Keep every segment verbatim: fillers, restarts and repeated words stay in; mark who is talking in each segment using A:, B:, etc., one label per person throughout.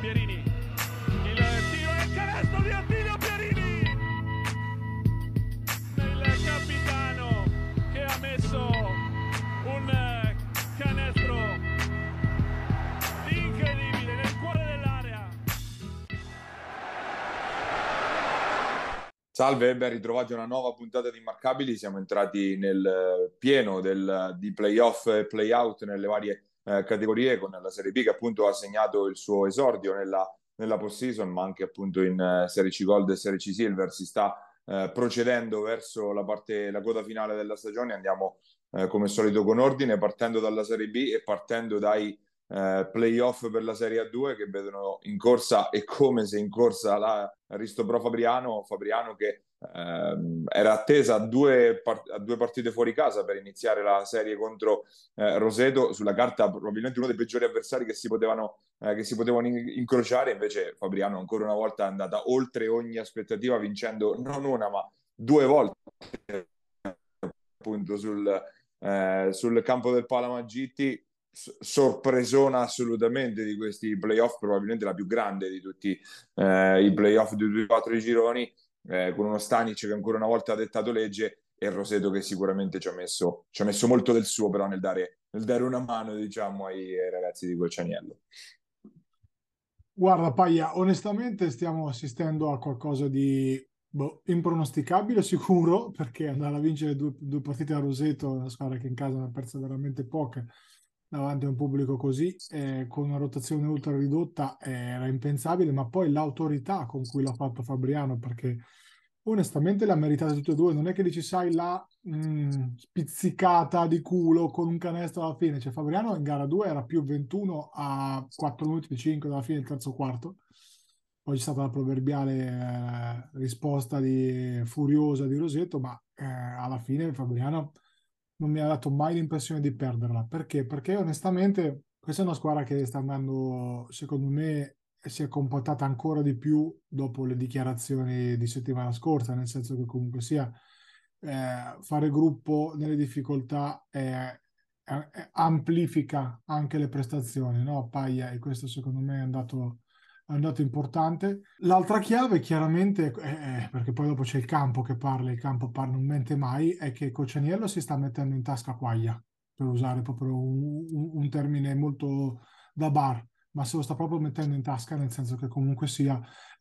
A: Pierini, il tiro e il canestro di Attilio Pierini, il capitano che ha messo un canestro incredibile nel cuore dell'area.
B: Salve e ben ritrovati a una nuova puntata di Immarcabili. Siamo entrati nel pieno del, di playoff e playout nelle varie eh, categorie, con la Serie B che appunto ha segnato il suo esordio nella, nella post-season, ma anche appunto in eh, Serie C Gold e Serie C Silver si sta eh, procedendo verso la parte, la coda finale della stagione. Andiamo eh, come solito con ordine, partendo dalla Serie B e partendo dai eh, playoff per la Serie A due, che vedono in corsa, e come se in corsa, la Risto Pro Fabriano, Fabriano che ehm, era attesa a due, part- a due partite fuori casa per iniziare la serie contro eh, Roseto, sulla carta probabilmente uno dei peggiori avversari che si potevano, eh, che si potevano in- incrociare. Invece Fabriano ancora una volta è andata oltre ogni aspettativa, vincendo non una ma due volte appunto sul, eh, sul campo del Palamagitti. Sorpresona assolutamente di questi playoff, probabilmente la più grande di tutti eh, i playoff di tutti i quattro gironi, eh, con uno Stanic che ancora una volta ha dettato legge, e Roseto che sicuramente ci ha messo, ci ha messo molto del suo però nel dare, nel dare una mano, diciamo, ai, ai ragazzi di Colcianiello.
C: Guarda, Paia, onestamente stiamo assistendo a qualcosa di boh, impronosticabile sicuro, perché andare a vincere due, due partite a Roseto, una squadra che in casa ne ha perse veramente poche, davanti a un pubblico così, eh, con una rotazione ultra ridotta, eh, era impensabile, ma poi l'autorità con cui l'ha fatto Fabriano, perché onestamente l'ha meritata tutte e due, non è che dici, sai, la mh, spizzicata di culo con un canestro alla fine, cioè Fabriano in gara due era più ventuno a quattro minuti e cinque dalla fine del terzo quarto, poi c'è stata la proverbiale eh, risposta di, furiosa di Roseto, ma eh, alla fine Fabriano non mi ha dato mai l'impressione di perderla. Perché? Perché onestamente questa è una squadra che sta andando, secondo me, si è compattata ancora di più dopo le dichiarazioni di settimana scorsa, nel senso che comunque sia eh, fare gruppo nelle difficoltà eh, eh, amplifica anche le prestazioni, no? Paia, e questo secondo me è andato è un dato importante. L'altra chiave, chiaramente, eh, perché poi dopo c'è il campo che parla, il campo parla, non mente mai, è che Coccianiello si sta mettendo in tasca quaglia, per usare proprio un, un- un termine molto da bar, ma se lo sta proprio mettendo in tasca, nel senso che comunque sia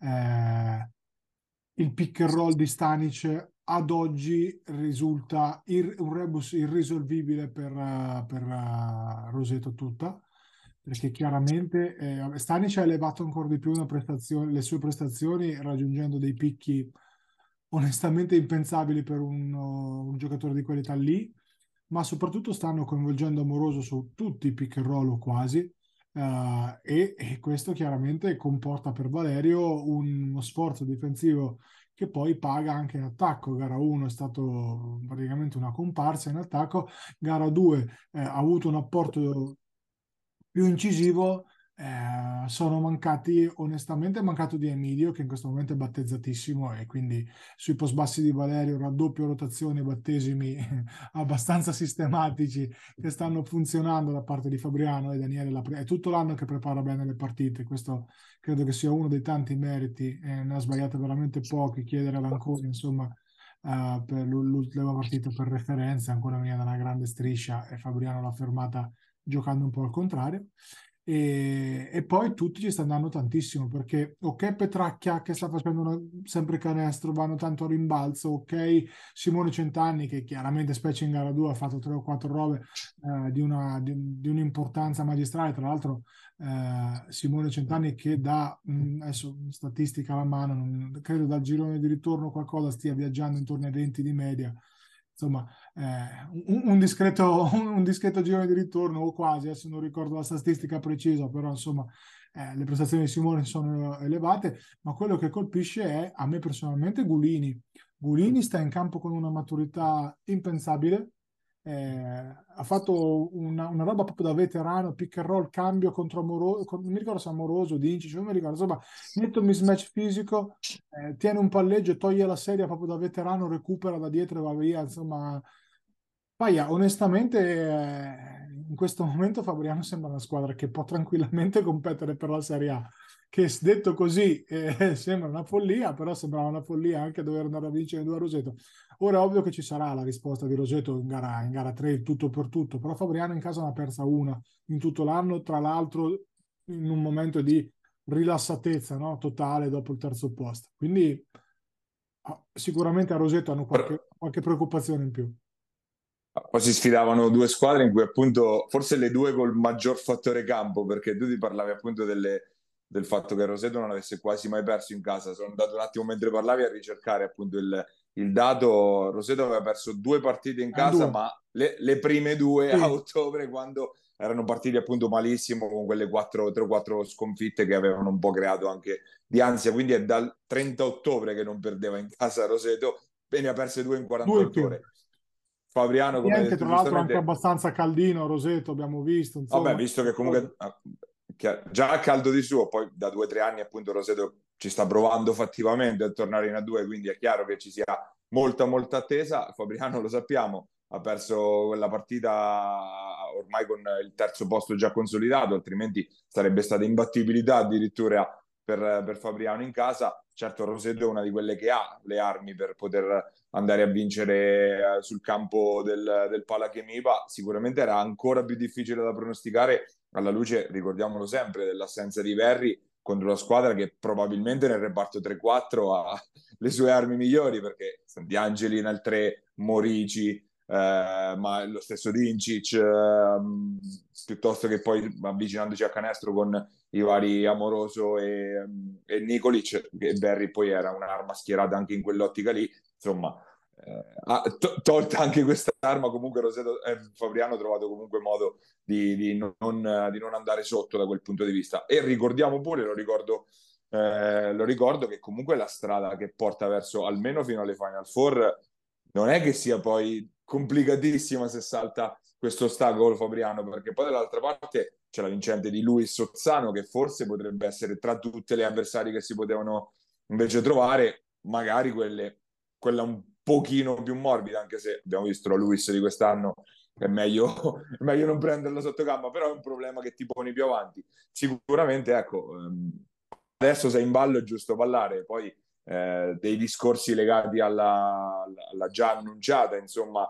C: eh, il pick and roll di Stanic ad oggi risulta ir- un rebus irrisolvibile per, eh, per eh, Roseto tutta, perché chiaramente eh, Stanic ha elevato ancora di più una prestazione- le sue prestazioni, raggiungendo dei picchi onestamente impensabili per un, un giocatore di qualità lì, ma soprattutto stanno coinvolgendo Amoroso su tutti i pick and roll o quasi. eh, e, e questo chiaramente comporta per Valerio uno sforzo difensivo che poi paga anche in attacco. Gara uno è stato praticamente una comparsa in attacco, gara due eh, ha avuto un apporto più incisivo. Eh, sono mancati, onestamente è mancato di Emilio, che in questo momento è battezzatissimo, e quindi sui post bassi di Valerio raddoppio, rotazione, battesimi abbastanza sistematici che stanno funzionando da parte di Fabriano. E Daniele la pre- è tutto l'anno che prepara bene le partite, questo credo che sia uno dei tanti meriti, eh, ne ha sbagliate veramente pochi. Chiedere ad Ancona, insomma, eh, per l'ultima partita per referenza, ancora veniva da una grande striscia e Fabriano l'ha fermata giocando un po' al contrario. E, e poi tutti ci stanno andando tantissimo, perché ok Petracchia che sta facendo una- sempre canestro, vanno tanto a rimbalzo, ok Simone Centanni che chiaramente specie in gara due ha fatto tre o quattro robe eh, di, una, di, di un'importanza magistrale. Tra l'altro eh, Simone Centanni che da mh, adesso statistica alla mano, non, credo dal girone di ritorno qualcosa stia viaggiando intorno ai venti di media, insomma eh, un, un discreto, un, un discreto girone di ritorno o quasi, adesso non ricordo la statistica precisa, però insomma eh, le prestazioni di Simone sono elevate, ma quello che colpisce è a me personalmente Gulini. Gulini sta in campo con una maturità impensabile, eh, ha fatto una, una roba proprio da veterano, pick and roll, cambio contro Amoroso, non mi ricordo se Amoroso, Dincic, non mi ricordo, insomma, netto mismatch fisico, eh, tiene un palleggio, toglie la serie proprio da veterano, recupera da dietro e va via, insomma. Paia, onestamente, eh, in questo momento Fabriano sembra una squadra che può tranquillamente competere per la Serie A, che detto così eh, sembra una follia, però sembrava una follia anche dover andare a vincere due a Roseto. Ora è ovvio che ci sarà la risposta di Roseto in gara, in gara tre, tutto per tutto, però Fabriano in casa ne ha persa una in tutto l'anno, tra l'altro in un momento di rilassatezza, no? Totale dopo il terzo posto. Quindi ah, sicuramente a Roseto hanno
B: Però,
C: qualche, qualche preoccupazione in più.
B: poi si sfidavano due squadre in cui appunto, forse le due col maggior fattore campo, perché tu ti parlavi appunto delle, del fatto che Roseto non avesse quasi mai perso in casa. Sono andato un attimo mentre parlavi a ricercare appunto il, il dato. Roseto aveva perso due partite in
C: Ah, in
B: casa,
C: due.
B: ma le, le prime due a
C: Sì,
B: ottobre, quando erano partiti appunto malissimo, con quelle quattro, tre o quattro sconfitte che avevano un po' creato anche di ansia. Quindi è dal trenta ottobre che non perdeva in casa Roseto, e ne ha perse due in
C: due in
B: quarantotto
C: più.
B: ore. Fabriano, come hai
C: Niente,
B: detto
C: tra l'altro anche
B: giustamente,
C: abbastanza caldino, Roseto, abbiamo visto,
B: vabbè,
C: insomma.
B: visto che comunque ah, che già a caldo di suo, poi da due o tre anni appunto Roseto ci sta provando fattivamente a tornare in A due, quindi è chiaro che ci sia molta molta attesa. Fabriano, lo sappiamo, ha perso quella partita ormai con il terzo posto già consolidato, altrimenti sarebbe stata imbattibilità addirittura per, per Fabriano in casa. Certo, Roseto è una di quelle che ha le armi per poter andare a vincere eh, sul campo del, del Palachemipa. Sicuramente era ancora più difficile da pronosticare alla luce, ricordiamolo sempre, dell'assenza di Verri contro la squadra che probabilmente nel reparto tre quattro ha le sue armi migliori, perché Di Angeli nel tre, Morici, eh, ma lo stesso Dincic, eh, piuttosto che poi avvicinandoci a canestro con i vari Amoroso e, e Nikolic, che Berry poi era un'arma schierata anche in quell'ottica lì. Insomma, eh, ha to- tolta anche questa arma, comunque Roseto, eh, Fabriano ha trovato comunque modo di, di non, di non andare sotto da quel punto di vista. E ricordiamo pure, lo ricordo, eh, lo ricordo che comunque la strada che porta verso almeno fino alle Final Four non è che sia poi complicatissima se salta questo ostacolo Fabriano, perché poi dall'altra parte c'è la vincente di Luis Sozzano, che forse potrebbe essere tra tutte le avversarie che si potevano invece trovare, magari quelle, quella un pochino più morbida, anche se abbiamo visto la Luis di quest'anno, è meglio, è meglio non prenderla sotto gamba, però è un problema che ti poni più avanti. Sicuramente, ecco, ehm, adesso sei in ballo, è giusto ballare, poi eh, dei discorsi legati alla, alla già annunciata, insomma,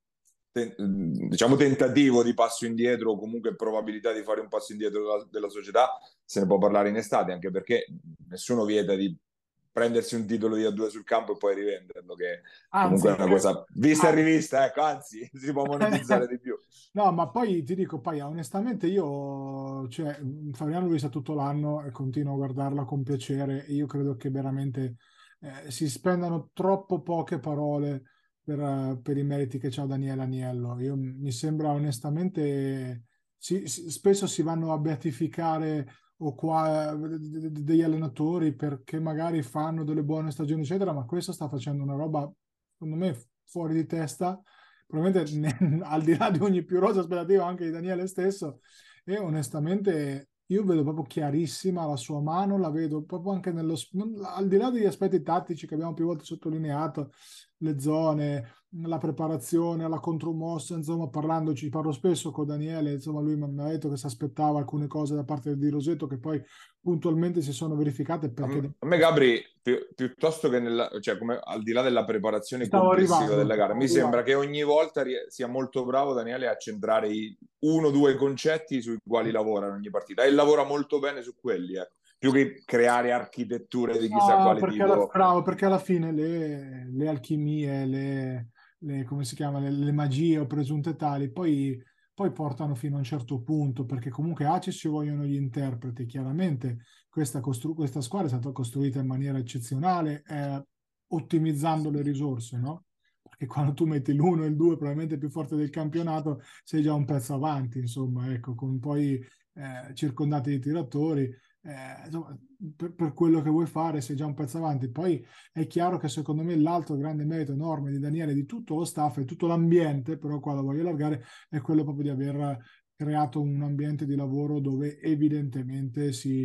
B: te, diciamo tentativo di passo indietro o comunque probabilità di fare un passo indietro della, della società, se ne può parlare in estate, anche perché nessuno vieta di prendersi un titolo di A due sul campo e poi rivenderlo, che comunque è
C: Anzi,
B: una cosa vista e
C: anzi.
B: rivista, ecco, anzi, si può monetizzare di più.
C: No, ma poi ti dico, poi onestamente io, cioè, Fabiano l'ho vista tutto l'anno e continuo a guardarla con piacere e io credo che veramente eh, si spendano troppo poche parole per, eh, per i meriti che c'ha Daniele Agnello. Io, mi sembra onestamente, si- si- spesso si vanno a beatificare o qua, de- de- de- degli allenatori perché magari fanno delle buone stagioni, eccetera, ma questo sta facendo una roba, secondo me, fuori di testa probabilmente ne- al di là di ogni più rosa aspettativa anche di Daniele stesso e onestamente io vedo proprio chiarissima la sua mano, la vedo proprio anche nello non- al di là degli aspetti tattici che abbiamo più volte sottolineato, le zone, la preparazione, la contromossa, insomma parlandoci, parlo spesso con Daniele, insomma lui mi ha detto che si aspettava alcune cose da parte di Roseto che poi puntualmente si sono verificate
B: A
C: perché
B: me, a me, Gabri, pi- piuttosto che nella, cioè come, al di là della preparazione
C: stavo
B: complessiva
C: arrivando,
B: della gara,
C: stavo
B: mi sembra
C: arrivando.
B: che ogni volta rie- sia molto bravo Daniele a centrare i uno o due concetti sui quali lavora in ogni partita e lavora molto bene su quelli, ecco. Più che creare architetture di chissà
C: No,
B: quale
C: perché alla,
B: tipo.
C: bravo, perché alla fine le, le alchimie, le, le- come si chiama, le, le magie o presunte tali, poi, poi portano fino a un certo punto, perché comunque A ci ci vogliono gli interpreti. Chiaramente questa, costru- questa squadra è stata costruita in maniera eccezionale, eh, ottimizzando le risorse, no? Perché quando tu metti l'uno e il due, probabilmente più forte del campionato, sei già un pezzo avanti, insomma, ecco, con poi eh, circondati di tiratori eh, insomma, per, per quello che vuoi fare sei già un pezzo avanti. Poi è chiaro che secondo me l'altro grande merito enorme di Daniele, di tutto lo staff e tutto l'ambiente, però qua lo voglio allargare, è quello proprio di aver creato un ambiente di lavoro dove evidentemente si,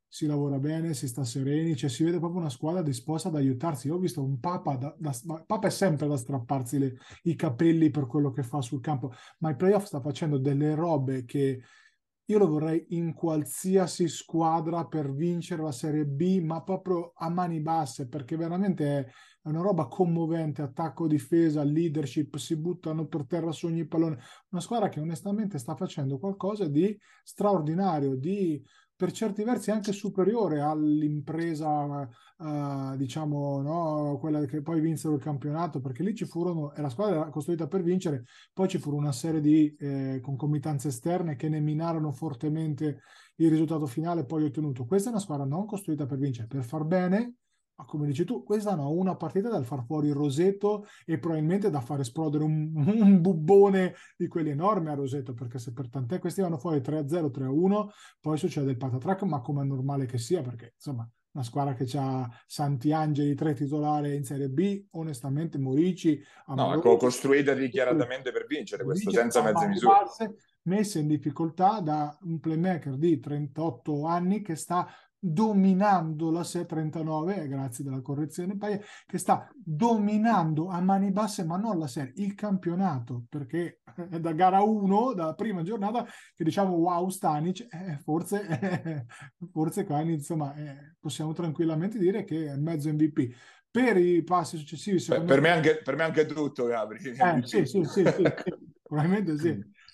C: si lavora bene, si sta sereni, cioè si vede proprio una squadra disposta ad aiutarsi. Io ho visto un Papa, da, da, Papa è sempre da strapparsi le, i capelli per quello che fa sul campo, ma i playoff sta facendo delle robe che io lo vorrei in qualsiasi squadra per vincere la Serie B, ma proprio a mani basse, perché veramente è è una roba commovente, attacco, difesa, leadership, si buttano per terra su ogni pallone. Una squadra che onestamente sta facendo qualcosa di straordinario, di per certi versi anche superiore all'impresa, eh, diciamo, no, quella che poi vinsero il campionato, perché lì ci furono, e la squadra era costruita per vincere, poi ci furono una serie di eh, concomitanze esterne che ne minarono fortemente il risultato finale poi ottenuto. Questa è una squadra non costruita per vincere, per far bene. Ma come dici tu, questa no, una partita da far fuori il Roseto e probabilmente da far esplodere un, un bubbone di quelli enormi a Roseto, perché se per tant'è questi vanno fuori tre a zero, tre a uno, poi succede il patatrack, ma come è normale che sia, perché insomma una squadra che ha Santiangeli, tre titolari in Serie B, onestamente Morici,
B: No, ecco,
C: Amarone,
B: costruita dichiaratamente per vincere, questo
C: vincere
B: senza
C: a
B: mezze
C: mani
B: misure.
C: basse, messa in difficoltà da un playmaker di trentotto anni che sta dominando la serie trentanove, grazie della correzione, che sta dominando a mani basse, ma non la serie, il campionato, perché da gara uno, dalla prima giornata, che diciamo wow Stanic, eh, forse, eh, forse qua insomma eh, possiamo tranquillamente dire che è mezzo M V P. Per i passi successivi,
B: Per,
C: secondo
B: per me
C: me,
B: anche, per me anche tutto, Gabri,
C: eh, sì,
B: M V P.
C: sì, sì, sì, sì, probabilmente sì.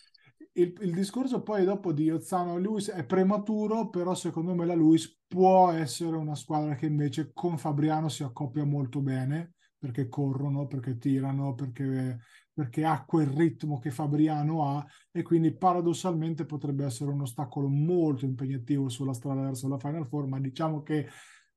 C: Il, il discorso poi dopo di Ozzano e Luis è prematuro, però secondo me la Luis può essere una squadra che invece con Fabriano si accoppia molto bene, perché corrono, perché tirano, perché, perché ha quel ritmo che Fabriano ha e quindi paradossalmente potrebbe essere un ostacolo molto impegnativo sulla strada verso la Final Four, ma diciamo che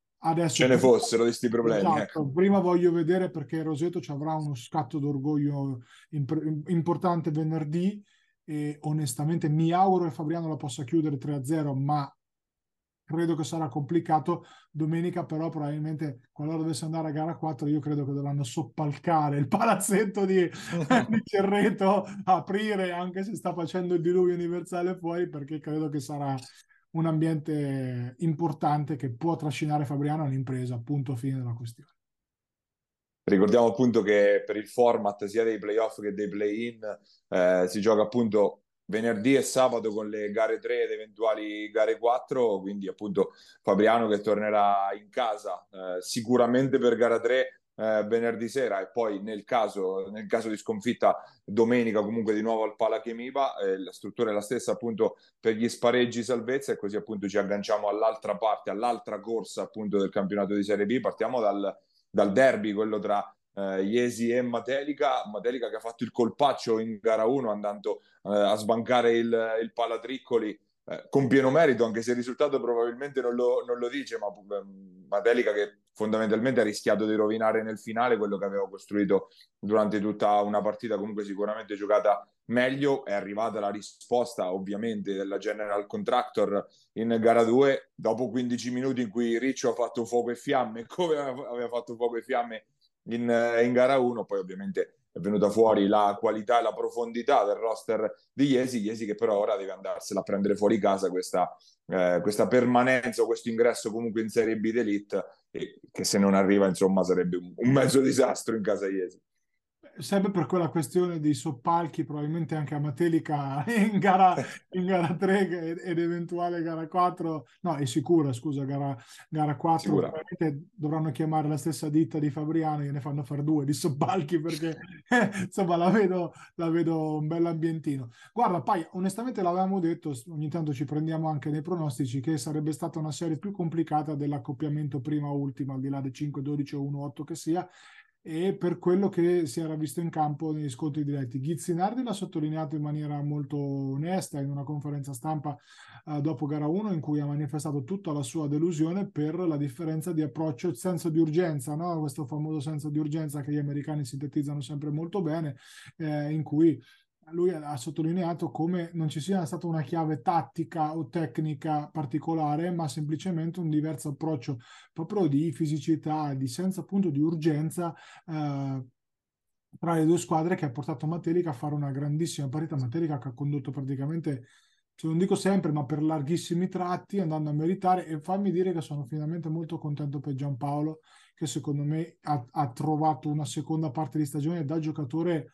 B: Ce
C: adesso
B: ne
C: prima,
B: fossero di sti problemi, ecco.
C: esatto, prima voglio vedere perché Roseto ci avrà uno scatto d'orgoglio imp- importante venerdì e onestamente mi auguro che Fabriano la possa chiudere tre a zero, ma credo che sarà complicato. Domenica però probabilmente qualora dovesse andare a gara quattro io credo che dovranno soppalcare il palazzetto di, di Cerreto, aprire anche se sta facendo il diluvio universale fuori, perché credo che sarà un ambiente importante che può trascinare Fabriano all'impresa, punto fine della questione.
B: Ricordiamo appunto che per il format sia dei playoff che dei play-in eh, si gioca appunto venerdì e sabato con le gare tre ed eventuali gare quattro, quindi appunto Fabriano che tornerà in casa eh, sicuramente per gara tre eh, venerdì sera e poi nel caso, nel caso di sconfitta domenica comunque di nuovo al Pala Chemipa, eh, la struttura è la stessa appunto per gli spareggi salvezza e così appunto ci agganciamo all'altra parte, all'altra corsa appunto del campionato di Serie B, partiamo dal dal derby, quello tra eh, Iesi e Matelica, Matelica che ha fatto il colpaccio in gara uno andando eh, a sbancare il, il Palatriccoli eh, con pieno merito, anche se il risultato probabilmente non lo, non lo dice, ma eh, Matelica che fondamentalmente ha rischiato di rovinare nel finale quello che aveva costruito durante tutta una partita comunque sicuramente giocata meglio. È arrivata la risposta ovviamente della General Contractor in gara due dopo quindici minuti in cui Riccio ha fatto fuoco e fiamme come aveva fatto fuoco e fiamme in, in gara uno, poi ovviamente è venuta fuori la qualità e la profondità del roster di Iesi, Iesi che però ora deve andarsela a prendere fuori casa questa, eh, questa permanenza o questo ingresso comunque in Serie B d'Elite e che se non arriva insomma sarebbe un, un mezzo disastro in casa Iesi.
C: Sempre per quella questione dei soppalchi, probabilmente anche a Matelica in gara, in gara tre ed eventuale gara quattro, no, è sicura, scusa, gara, gara quattro,
B: Sicura.
C: probabilmente dovranno chiamare la stessa ditta di Fabriano e ne fanno fare due di soppalchi perché insomma la vedo, la vedo un bel ambientino. Guarda, poi onestamente l'avevamo detto, ogni tanto ci prendiamo anche nei pronostici che sarebbe stata una serie più complicata dell'accoppiamento prima-ultima, al di là dei cinque dodici o uno otto che sia, e per quello che si era visto in campo negli scontri diretti. Ghizzinardi l'ha sottolineato in maniera molto onesta in una conferenza stampa eh, dopo gara uno in cui ha manifestato tutta la sua delusione per la differenza di approccio, il senso di urgenza, no? Questo famoso senso di urgenza che gli americani sintetizzano sempre molto bene, eh, in cui lui ha sottolineato come non ci sia stata una chiave tattica o tecnica particolare, ma semplicemente un diverso approccio proprio di fisicità, di senso appunto di urgenza eh, tra le due squadre che ha portato Matelica a fare una grandissima partita. Matelica che ha condotto praticamente cioè, non dico sempre, ma per larghissimi tratti, andando a meritare. E fammi dire che sono finalmente molto contento per Giampaolo, che secondo me ha, ha trovato una seconda parte di stagione da giocatore,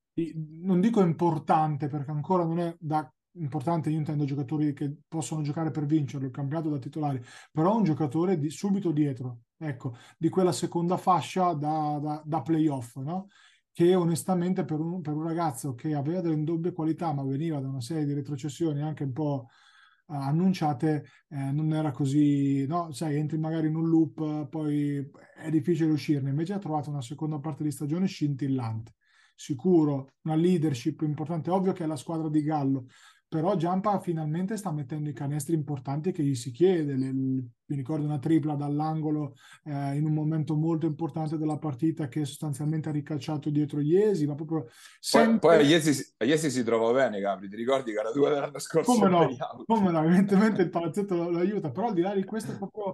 C: non dico importante, perché ancora non è da importante, io intendo giocatori che possono giocare per vincerlo il campionato da titolari, però un giocatore di, subito dietro, ecco, di quella seconda fascia da, da, da playoff, no? Che onestamente per un, per un ragazzo che aveva delle indubbie qualità, ma veniva da una serie di retrocessioni anche un po' uh, annunciate, eh, non era così, no? Sai, entri magari in un loop, poi è difficile uscirne. Invece ha trovato una seconda parte di stagione scintillante, sicuro, una leadership importante. Ovvio che è la squadra di Gallo, però Giampa finalmente sta mettendo i canestri importanti che gli si chiede. Le, mi ricordo una tripla dall'angolo eh, in un momento molto importante della partita, che sostanzialmente ha ricacciato dietro Iesi, ma proprio
B: Poi,
C: sempre...
B: poi a Iesi, a Iesi si trova bene, Gabri, ti ricordi gara due dell'anno scorso
C: Come
B: in
C: no?
B: play-out?
C: Come no? Evidentemente il palazzetto lo, lo aiuta, però al di là di questo è proprio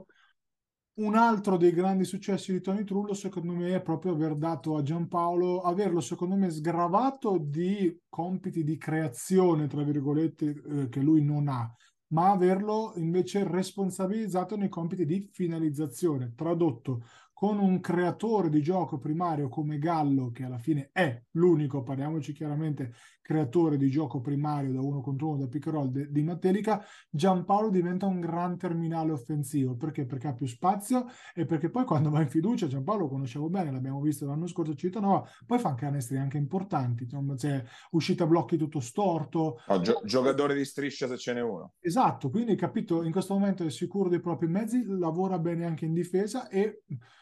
C: un altro dei grandi successi di Tony Trullo, secondo me, è proprio aver dato a Giampaolo, averlo, secondo me, sgravato di compiti di creazione, tra virgolette, eh, che lui non ha, ma averlo invece responsabilizzato nei compiti di finalizzazione. Tradotto, con un creatore di gioco primario come Gallo, che alla fine è l'unico, parliamoci chiaramente, creatore di gioco primario da uno contro uno, da pick and roll de- di Matelica, Giampaolo diventa un gran terminale offensivo. Perché? Perché ha più spazio e perché poi quando va in fiducia, Giampaolo lo conoscevo bene, l'abbiamo visto l'anno scorso a Civitanova, poi fa canestri anche importanti, insomma, c'è uscita a blocchi tutto storto.
B: No, gio- giocatore di striscia se ce n'è uno.
C: Esatto, quindi capito, in questo momento è sicuro dei propri mezzi, lavora bene anche in difesa e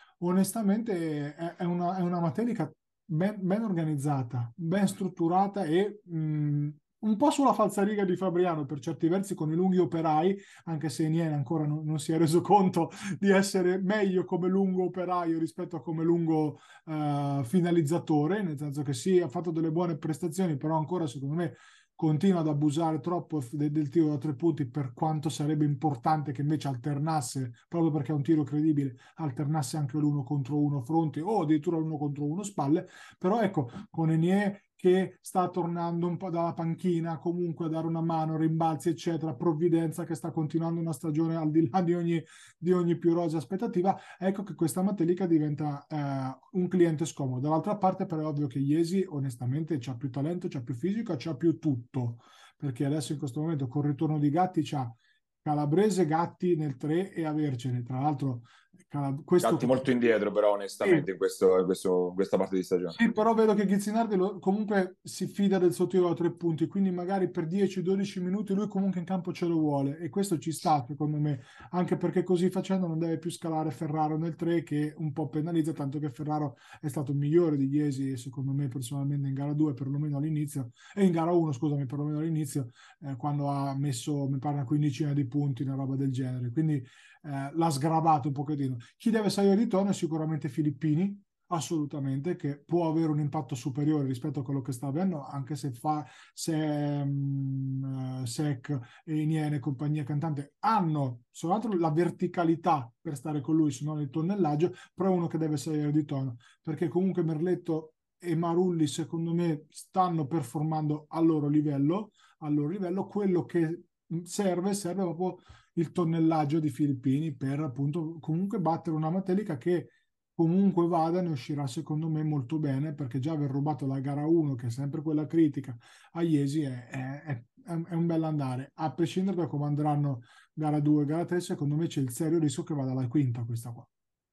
C: onestamente è, è una, è una Matelica ben, ben organizzata, ben strutturata e mh, un po' sulla falsariga di Fabriano per certi versi, con i lunghi operai, anche se Niene ancora non, non si è reso conto di essere meglio come lungo operaio rispetto a come lungo uh, finalizzatore, nel senso che sì, ha fatto delle buone prestazioni, però ancora secondo me continua ad abusare troppo del, del tiro da tre punti, per quanto sarebbe importante che invece alternasse, proprio perché è un tiro credibile, alternasse anche l'uno contro uno fronte o addirittura l'uno contro uno spalle. Però ecco, con Enier che sta tornando un po' dalla panchina comunque a dare una mano, rimbalzi eccetera, Provvidenza che sta continuando una stagione al di là di ogni, di ogni più rosea aspettativa, ecco che questa Matelica diventa eh, un cliente scomodo. Dall'altra parte però è ovvio che Iesi onestamente c'ha più talento, c'ha più fisico, c'ha più tutto, perché adesso in questo momento col ritorno di Gatti c'ha Calabrese, Gatti nel tre e Avercene, tra l'altro Calab- questo
B: Gatti molto indietro, però,
C: sì,
B: onestamente, in, questo, in questo- in questa parte di stagione.
C: sì, però vedo che Ghizinardi lo- comunque si fida del suo tiro a tre punti, quindi magari per dieci dodici minuti lui comunque in campo ce lo vuole e questo ci sta secondo me, anche perché così facendo non deve più scalare Ferraro nel tre, che un po' penalizza, tanto che Ferraro è stato il migliore di Iesi secondo me personalmente in gara due, perlomeno all'inizio, e in gara uno scusami, perlomeno all'inizio, eh, quando ha messo mi pare una quindicina di punti, una roba del genere, quindi eh, l'ha sgravato un pochettino. Chi deve salire di tono è sicuramente Filippini, assolutamente, che può avere un impatto superiore rispetto a quello che sta avendo, anche se fa se um, uh, Sec e Niene e compagnia cantante hanno soltanto la verticalità per stare con lui, se non il tonnellaggio, però è uno che deve salire di tono, perché comunque Merletto e Marulli secondo me stanno performando al loro livello, al loro livello. Quello che serve serve proprio il tonnellaggio di Filippini per appunto comunque battere una Matelica che comunque vada ne uscirà secondo me molto bene, perché già aver rubato la gara uno, che è sempre quella critica, a Iesi è, è, è, è un bel andare, a prescindere da come andranno gara due e gara tre. Secondo me c'è il serio rischio che vada alla quinta questa qua.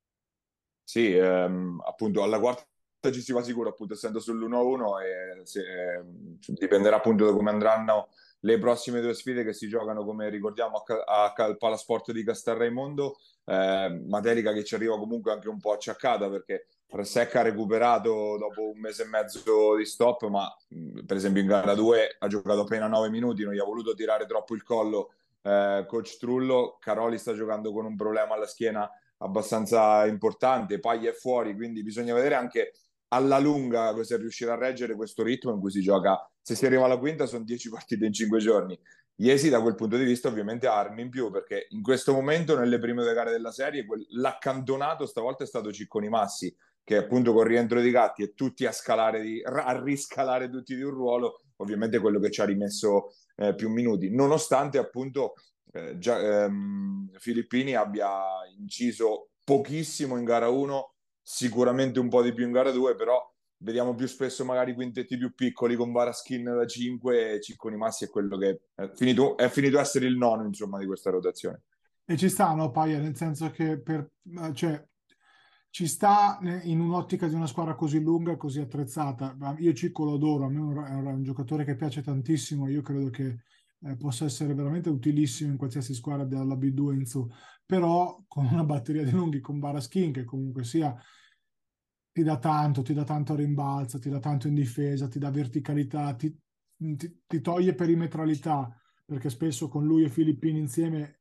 B: Sì, ehm, appunto alla quarta ci si va sicuro, appunto essendo sull'uno a uno e se, ehm, dipenderà appunto da come andranno le prossime due sfide che si giocano, come ricordiamo, a, Ca- a Cal- Palasport di Castelraimondo. Eh, Materica che ci arriva comunque anche un po' acciaccata perché Secca ha recuperato dopo un mese e mezzo di stop, ma mh, per esempio in gara due ha giocato appena nove minuti, non gli ha voluto tirare troppo il collo eh, coach Trullo. Caroli sta giocando con un problema alla schiena abbastanza importante, Paglia è fuori, quindi bisogna vedere anche alla lunga se riuscirà a reggere questo ritmo in cui si gioca. Se si arriva alla quinta sono dieci partite in cinque giorni. Iesi da quel punto di vista ovviamente ha armi in più, perché in questo momento nelle prime due gare della serie quel, l'accantonato stavolta è stato Cicconi Massi, che appunto con il rientro di Gatti e tutti a scalare di, a riscalare tutti di un ruolo, ovviamente quello che ci ha rimesso eh, più minuti, nonostante appunto eh, già, ehm, Filippini abbia inciso pochissimo in gara uno, sicuramente un po' di più in gara due, però vediamo più spesso magari quintetti più piccoli con Varaskin da cinque, e Cicconi Massi è quello che è finito, è finito a essere il nono, insomma, di questa rotazione.
C: E ci sta, no, Paia, nel senso che per, cioè, ci sta in un'ottica di una squadra così lunga e così attrezzata. Io Cicco lo adoro, a me è un, è un giocatore che piace tantissimo, io credo che eh, possa essere veramente utilissimo in qualsiasi squadra dalla B due in su, però con una batteria di lunghi, con Baraskin, che comunque sia ti dà tanto, ti dà tanto a rimbalzo, ti dà tanto in difesa, ti dà verticalità, ti, ti, ti toglie perimetralità, perché spesso con lui e Filippini insieme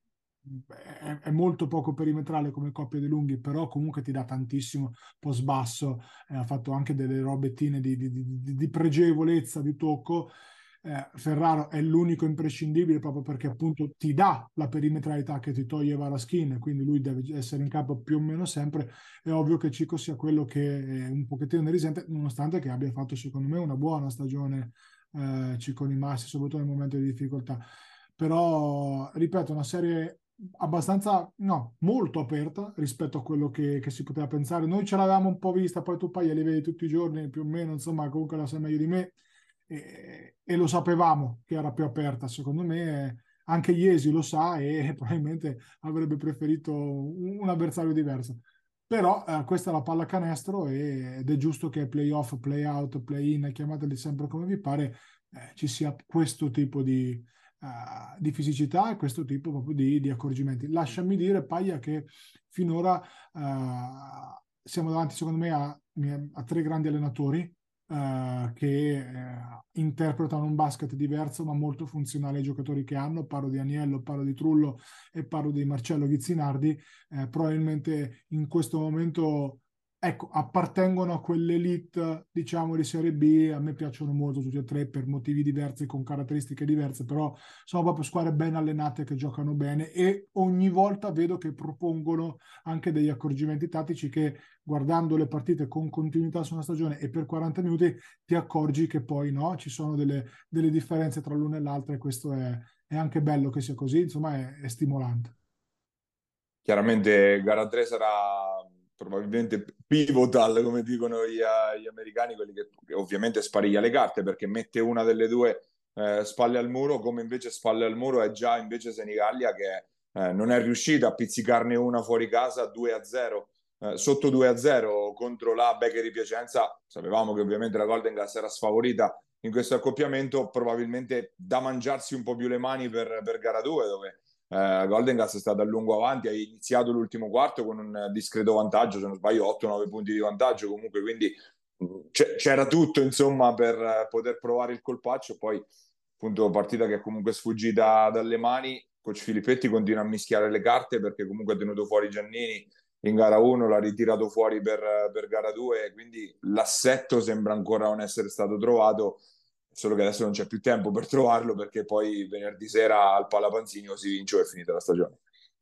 C: è, è molto poco perimetrale come coppia di lunghi, però comunque ti dà tantissimo post basso, eh, ha fatto anche delle robettine di, di, di, di pregevolezza, di tocco. Eh, Ferraro è l'unico imprescindibile proprio perché appunto ti dà la perimetralità che ti toglie Varaskin, quindi lui deve essere in campo più o meno sempre. È ovvio che Cico sia quello che è un pochettino ne risente, nonostante che abbia fatto secondo me una buona stagione eh, Cicconi Massi, soprattutto nel momento di difficoltà. Però, ripeto, una serie abbastanza, no, molto aperta rispetto a quello che, che si poteva pensare. Noi ce l'avevamo un po' vista, poi tu Paia li vedi tutti i giorni, più o meno, insomma, comunque la sai meglio di me, e, e lo sapevamo che era più aperta. Secondo me anche Iesi lo sa e probabilmente avrebbe preferito un, un avversario diverso. Però eh, questa è la pallacanestro e, ed è giusto che play-off, play-out, play-in, chiamateli sempre come vi pare, eh, ci sia questo tipo di, uh, di fisicità e questo tipo proprio di, di accorgimenti. Lasciami dire, Paglia, che finora uh, siamo davanti, secondo me, a, a tre grandi allenatori uh, che uh, interpretano un basket diverso ma molto funzionale ai giocatori che hanno. Parlo di Aniello, parlo di Trullo e parlo di Marcello Ghizzinardi. Eh, probabilmente in questo momento, ecco, appartengono a quell'elite, diciamo, di Serie B. A me piacciono molto tutti e tre per motivi diversi, con caratteristiche diverse, però sono proprio squadre ben allenate che giocano bene e ogni volta vedo che propongono anche degli accorgimenti tattici che, guardando le partite con continuità su una stagione e per quaranta minuti, ti accorgi che poi no, ci sono delle, delle differenze tra l'una e l'altra, e questo è, è anche bello che sia così, insomma è, è stimolante.
B: Chiaramente gara tre sarà probabilmente pivotal, come dicono gli, gli americani, quelli che, che ovviamente spariglia le carte perché mette una delle due eh, spalle al muro, come invece spalle al muro è già invece Senigallia che eh, non è riuscita a pizzicarne una fuori casa due a zero. Eh, sotto due a zero contro la Becher di Piacenza. Sapevamo che ovviamente la Golden Gas era sfavorita in questo accoppiamento, probabilmente da mangiarsi un po' più le mani per, per gara due, dove eh, Golden Gas è stato a lungo avanti, ha iniziato l'ultimo quarto con un discreto vantaggio, se non sbaglio otto nove punti di vantaggio comunque, quindi c'era tutto insomma per poter provare il colpaccio. Poi appunto partita che è comunque sfuggita dalle mani. Coach Filippetti continua a mischiare le carte perché comunque ha tenuto fuori Giannini in gara uno, l'ha ritirato fuori per, per gara due, quindi l'assetto sembra ancora non essere stato trovato, solo che adesso non c'è più tempo per trovarlo perché poi venerdì sera al Palapanzini si vince e è finita la stagione.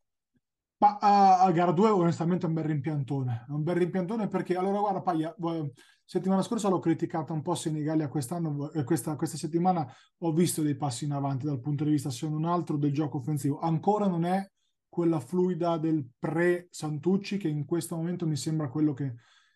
C: Ma a, a gara due onestamente è un bel rimpiantone, è un bel rimpiantone perché, allora guarda Paglia, settimana scorsa l'ho criticata un po' Senigallia, quest'anno, eh, questa, questa settimana ho visto dei passi in avanti dal punto di vista, se non altro, del gioco offensivo. Ancora non è quella fluida del pre-Santucci che in questo momento mi sembra quello che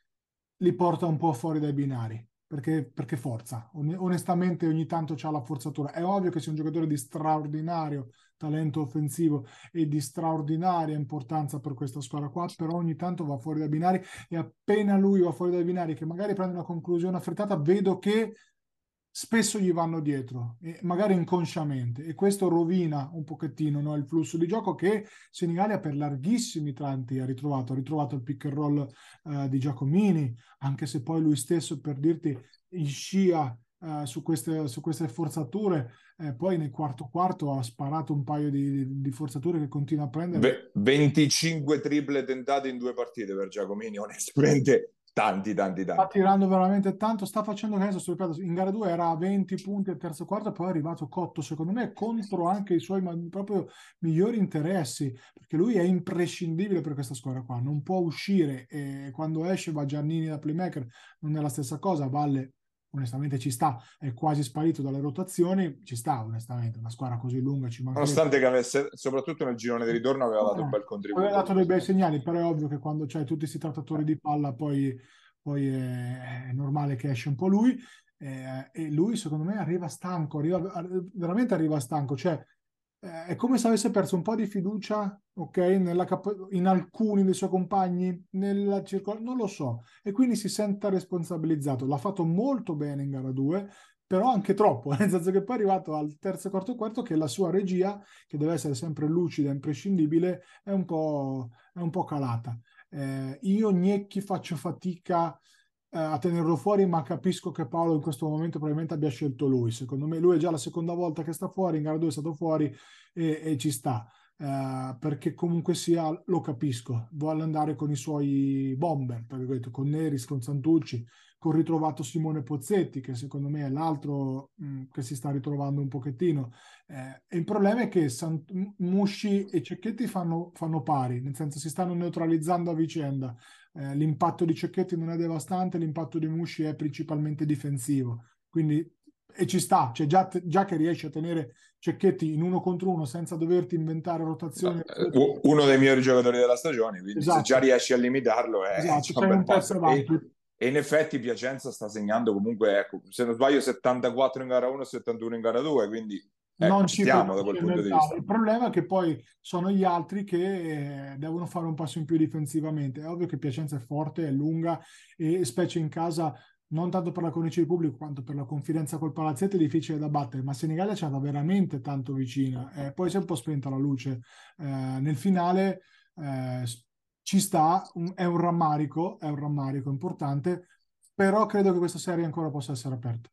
C: li porta un po' fuori dai binari. Perché, perché forza, onestamente ogni tanto c'ha la forzatura. È ovvio che sia un giocatore di straordinario talento offensivo e di straordinaria importanza per questa squadra qua, però ogni tanto va fuori dai binari e appena lui va fuori dai binari, che magari prende una conclusione affrettata, vedo che spesso gli vanno dietro, e magari inconsciamente, e questo rovina un pochettino, no, il flusso di gioco che Senigallia per larghissimi tratti ha ritrovato. Ha ritrovato il pick and roll uh, di Giacomini, anche se poi lui stesso, per dirti, in scia uh, su, queste, su queste forzature, eh, poi nel quarto quarto ha sparato un paio di, di forzature che continua a prendere.
B: venticinque triple tentate in due partite per Giacomini, onestamente tanti, tanti,
C: Sta
B: tanti.
C: tirando veramente tanto, sta facendo che adesso, in gara due era a venti punti al terzo quarto, poi è arrivato cotto, secondo me, contro anche i suoi proprio migliori interessi, perché lui è imprescindibile per questa squadra qua, non può uscire, e quando esce va Giannini da playmaker, non è la stessa cosa, Valle onestamente ci sta, è quasi sparito dalle rotazioni, ci sta onestamente, una squadra così lunga ci mancherebbe.
B: Nonostante che avesse, soprattutto nel girone di ritorno, aveva dato un bel
C: Eh, aveva
B: contributo.
C: dato dei bei segnali, però è ovvio che quando c'hai tutti questi trattatori di palla poi, poi è, è normale che esce un po' lui, eh, e lui secondo me arriva stanco, arriva, veramente arriva stanco, cioè eh, è come se avesse perso un po' di fiducia, ok, nella cap- in alcuni dei suoi compagni, nella circol- non lo so, e quindi si sente responsabilizzato. L'ha fatto molto bene in gara due, però anche troppo, nel senso che poi è arrivato al terzo e quarto quarto che la sua regia, che deve essere sempre lucida e imprescindibile, è un po', è un po' calata. Eh, io Gnecchi faccio fatica eh, a tenerlo fuori, ma capisco che Paolo in questo momento probabilmente abbia scelto lui. Secondo me lui è già la seconda volta che sta fuori, in gara due è stato fuori e, e ci sta. Eh, perché comunque sia, lo capisco, vuole andare con i suoi bomber, tra virgolette, con Neris, con Santucci, con ritrovato Simone Pozzetti, che secondo me è l'altro mh, che si sta ritrovando un pochettino. Eh, e il problema è che Sant- Musci e Cecchetti fanno, fanno pari, nel senso si stanno neutralizzando a vicenda. Eh, l'impatto di Cecchetti non è devastante, l'impatto di Musci è principalmente difensivo. Quindi, e ci sta, cioè già, già che riesci a tenere Cecchetti in uno contro uno senza doverti inventare rotazioni.
B: Uh, uno dei migliori giocatori della stagione, quindi se già
C: Esatto,
B: riesci a limitarlo è
C: esatto,
B: già un
C: sei
B: bel
C: un pezzo
B: passo. E,
C: avanti.
B: e in effetti Piacenza sta segnando comunque, ecco, se non sbaglio, settantaquattro in gara uno e settantuno in gara due, quindi ecco,
C: Non
B: ci
C: cifre
B: stiamo da quel punto di
C: trascendentali.
B: vista.
C: Il problema è che poi sono gli altri che eh, devono fare un passo in più difensivamente. È ovvio che Piacenza è forte, è lunga e specie in casa, non tanto per la cornice di pubblico quanto per la confidenza col palazzetto, è difficile da battere, ma Senigallia c'è da veramente tanto vicina. Eh, poi si è un po' spenta la luce. Eh, nel finale eh, ci sta, un- è un rammarico, è un rammarico importante, però credo che questa serie ancora possa essere aperta.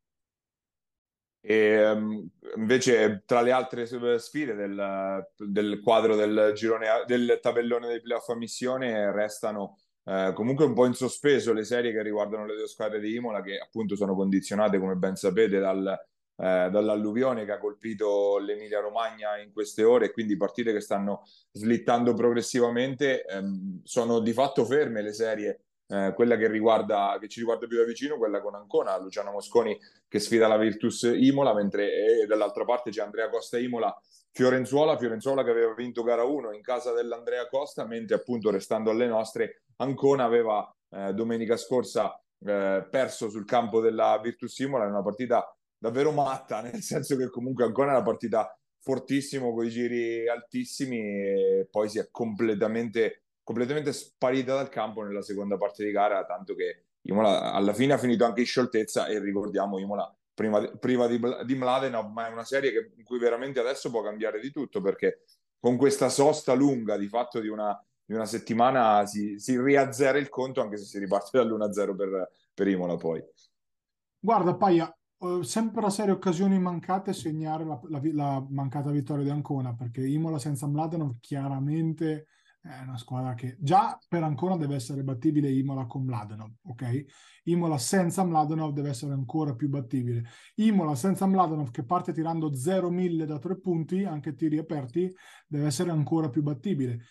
B: E, um, invece, tra le altre sfide del, del quadro del girone A- del tabellone dei playoff a missione, restano eh, comunque un po' in sospeso le serie che riguardano le due squadre di Imola, che appunto sono condizionate, come ben sapete, dal, eh, dall'alluvione che ha colpito l'Emilia-Romagna in queste ore, e quindi partite che stanno slittando progressivamente. Ehm, sono di fatto ferme le serie. Eh, quella che riguarda, che ci riguarda più da vicino, quella con Ancona, Luciano Mosconi che sfida la Virtus Imola, mentre eh, dall'altra parte c'è Andrea Costa Imola, Fiorenzuola, Fiorenzuola che aveva vinto gara uno in casa dell'Andrea Costa, mentre appunto restando alle nostre, Ancona aveva eh, domenica scorsa eh, perso sul campo della Virtus Imola in una partita davvero matta, nel senso che comunque Ancona è una partita fortissimo, con i giri altissimi, e poi si è completamente, completamente sparita dal campo nella seconda parte di gara, tanto che Imola alla fine ha finito anche in scioltezza, e ricordiamo Imola prima, priva di, di Mladenov, ma è una serie che, in cui veramente adesso può cambiare di tutto, perché con questa sosta lunga di fatto di una, di una settimana si, si riazzera il conto, anche se si riparte dall'uno a zero per, per Imola poi.
C: Guarda, Paia, eh, sempre a serie occasioni mancate segnare la, la vi- la mancata vittoria di Ancona, perché Imola senza Mladenov chiaramente è una squadra che già per Ancona deve essere battibile Imola con Mladenov, ok? Imola senza Mladenov deve essere ancora più battibile. Imola senza Mladenov che parte tirando zero mille da tre punti, anche tiri aperti, deve essere ancora più battibile.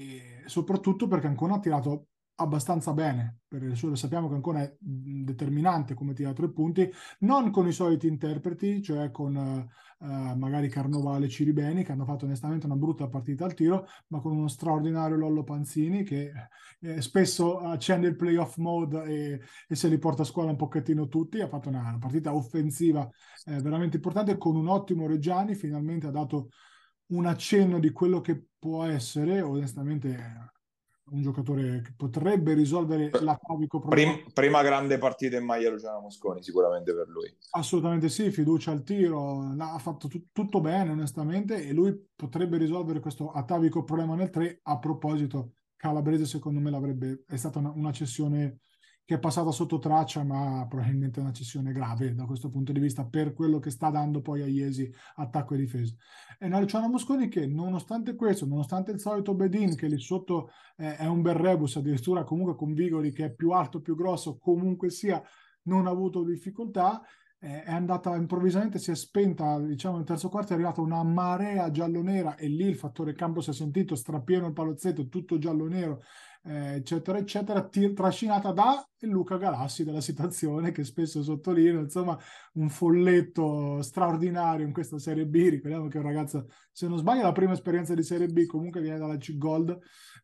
C: E soprattutto perché Ancona ha tirato abbastanza bene, per il suo, sappiamo che ancora è mh, determinante come tira tre punti, non con i soliti interpreti, cioè con eh, eh, magari Carnovale e Ciribeni, che hanno fatto onestamente una brutta partita al tiro, ma con uno straordinario Lollo Panzini che eh, spesso accende il playoff mode e, e se li porta a scuola un pochettino tutti. Ha fatto una, una partita offensiva eh, veramente importante con un ottimo Reggiani, finalmente ha dato un accenno di quello che può essere, onestamente un giocatore che potrebbe risolvere l'atavico problema.
B: Prim, prima grande partita in maglia Luciano Mosconi, sicuramente per lui.
C: Assolutamente sì, fiducia al tiro, ha fatto tut- tutto bene onestamente e lui potrebbe risolvere questo atavico problema nel tre. A proposito, Calabrese secondo me l'avrebbe, è stata una, una cessione che è passata sotto traccia, ma probabilmente una cessione grave da questo punto di vista per quello che sta dando poi a Iesi attacco e difesa. E una Luciano Mosconi che nonostante questo, nonostante il solito Bedin che lì sotto eh, è un bel rebus, addirittura comunque con Vigoli che è più alto, più grosso, comunque sia non ha avuto difficoltà, eh, è andata improvvisamente, si è spenta, diciamo nel terzo quarto è arrivata una marea giallo-nera e lì il fattore campo si è sentito, strapieno il palazzetto, tutto giallo-nero, eh, eccetera, eccetera, ti- trascinata da Luca Galassi della situazione, che spesso sottolineo, insomma, un folletto straordinario in questa Serie B. Ricordiamo che è un ragazzo, se non sbaglio, la prima esperienza di Serie B comunque viene dalla C Gold.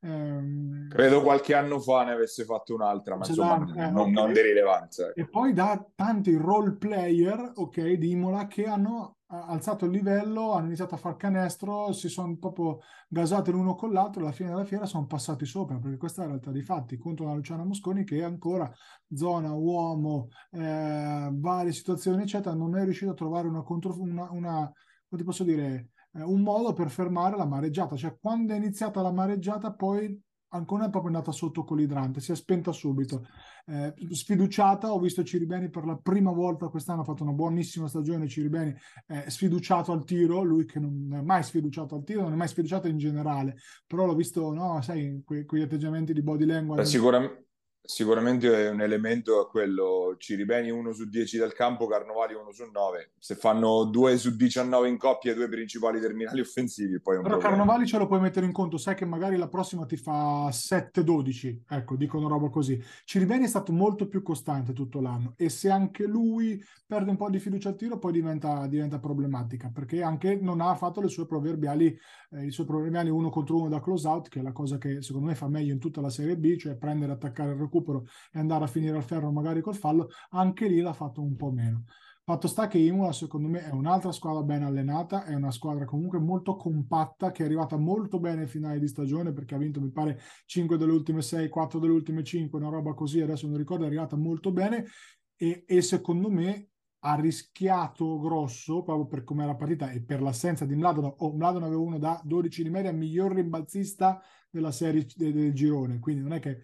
C: Ehm,
B: Credo qualche anno fa ne avesse fatto un'altra, ma
C: ce
B: insomma
C: l'hanno, eh,
B: non,
C: ok.
B: non di rilevanza. Ecco.
C: E poi da tanti role player, ok, di Imola che hanno eh, alzato il livello, hanno iniziato a far canestro, si sono proprio gasati l'uno con l'altro, alla fine della fiera sono passati sopra, perché questa è la realtà dei fatti, contro una Luciana Mosconi che ancora zona, uomo, eh, varie situazioni, eccetera, non è riuscito a trovare una, contro, una, una come ti posso dire, eh, un modo per fermare la mareggiata. Cioè, quando è iniziata la mareggiata, poi ancora è proprio andata sotto con l'idrante, si è spenta subito. Eh, sfiduciata, ho visto Ciribeni per la prima volta quest'anno, ha fatto una buonissima stagione. Ciribeni è sfiduciato al tiro, lui che non è mai sfiduciato al tiro, non è mai sfiduciato in generale, però l'ho visto, no, sai, que- quegli atteggiamenti di body
B: Beh,
C: language.
B: sicura- sicuramente è un elemento è quello, Ciribeni uno su dieci dal campo, Carnovali uno su nove. Se fanno due su diciannove in coppia, due principali terminali offensivi, poi è un
C: Però
B: problema.
C: Carnovali ce lo puoi mettere in conto, sai che magari la prossima ti fa sette dodici, ecco, dicono roba così. Ciribeni è stato molto più costante tutto l'anno e se anche lui perde un po' di fiducia al tiro poi diventa, diventa problematica, perché anche non ha fatto le sue proverbiali, eh, i suoi proverbiali uno contro uno da close out, che è la cosa che secondo me fa meglio in tutta la Serie B, cioè prendere, attaccare il recupero e andare a finire al ferro magari col fallo, anche lì l'ha fatto un po' meno. Fatto sta che Imola, secondo me, è un'altra squadra ben allenata, è una squadra comunque molto compatta, che è arrivata molto bene ai finali di stagione, perché ha vinto, mi pare, cinque delle ultime sei, quattro delle ultime cinque, una roba così, adesso non ricordo, è arrivata molto bene e, e secondo me ha rischiato grosso, proprio per come era la partita e per l'assenza di Mladeno. Oh, Mladeno aveva uno da dodici di media, miglior rimbalzista della serie del, del girone, quindi non è che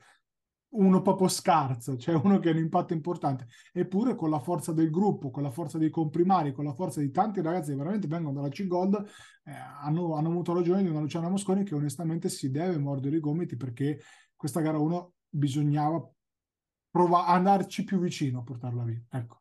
C: uno proprio scarso, cioè uno che ha un impatto importante, eppure con la forza del gruppo, con la forza dei comprimari, con la forza di tanti ragazzi che veramente vengono dalla C-Gold, eh, hanno, hanno avuto ragione di una Luciana Mosconi che onestamente si deve mordere i gomiti, perché questa gara uno bisognava provare andarci più vicino a portarla via. Ecco.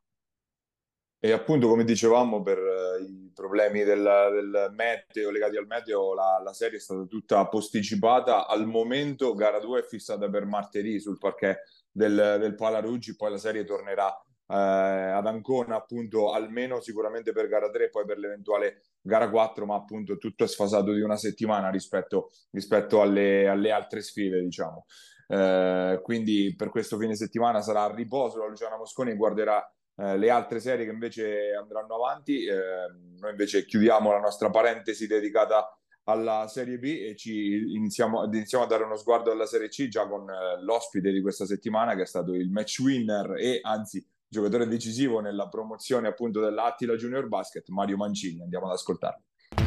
B: E appunto, come dicevamo, per eh, i problemi del, del meteo, legati al meteo, la, la serie è stata tutta posticipata. Al momento, gara due è fissata per martedì sul parquet del, del Pala Ruggi, poi la serie tornerà eh, ad Ancona, appunto, almeno sicuramente per gara tre, poi per l'eventuale gara quattro, ma appunto tutto è sfasato di una settimana rispetto, rispetto alle, alle altre sfide, diciamo. Eh, quindi per questo fine settimana sarà a riposo, la Luciana Mosconi guarderà eh, le altre serie che invece andranno avanti. Eh, noi invece chiudiamo la nostra parentesi dedicata alla Serie B e ci iniziamo, iniziamo a dare uno sguardo alla Serie C già con eh, l'ospite di questa settimana che è stato il match winner e anzi giocatore decisivo nella promozione appunto dell'Attila Junior Basket, Mario Mancini. Andiamo ad ascoltarlo.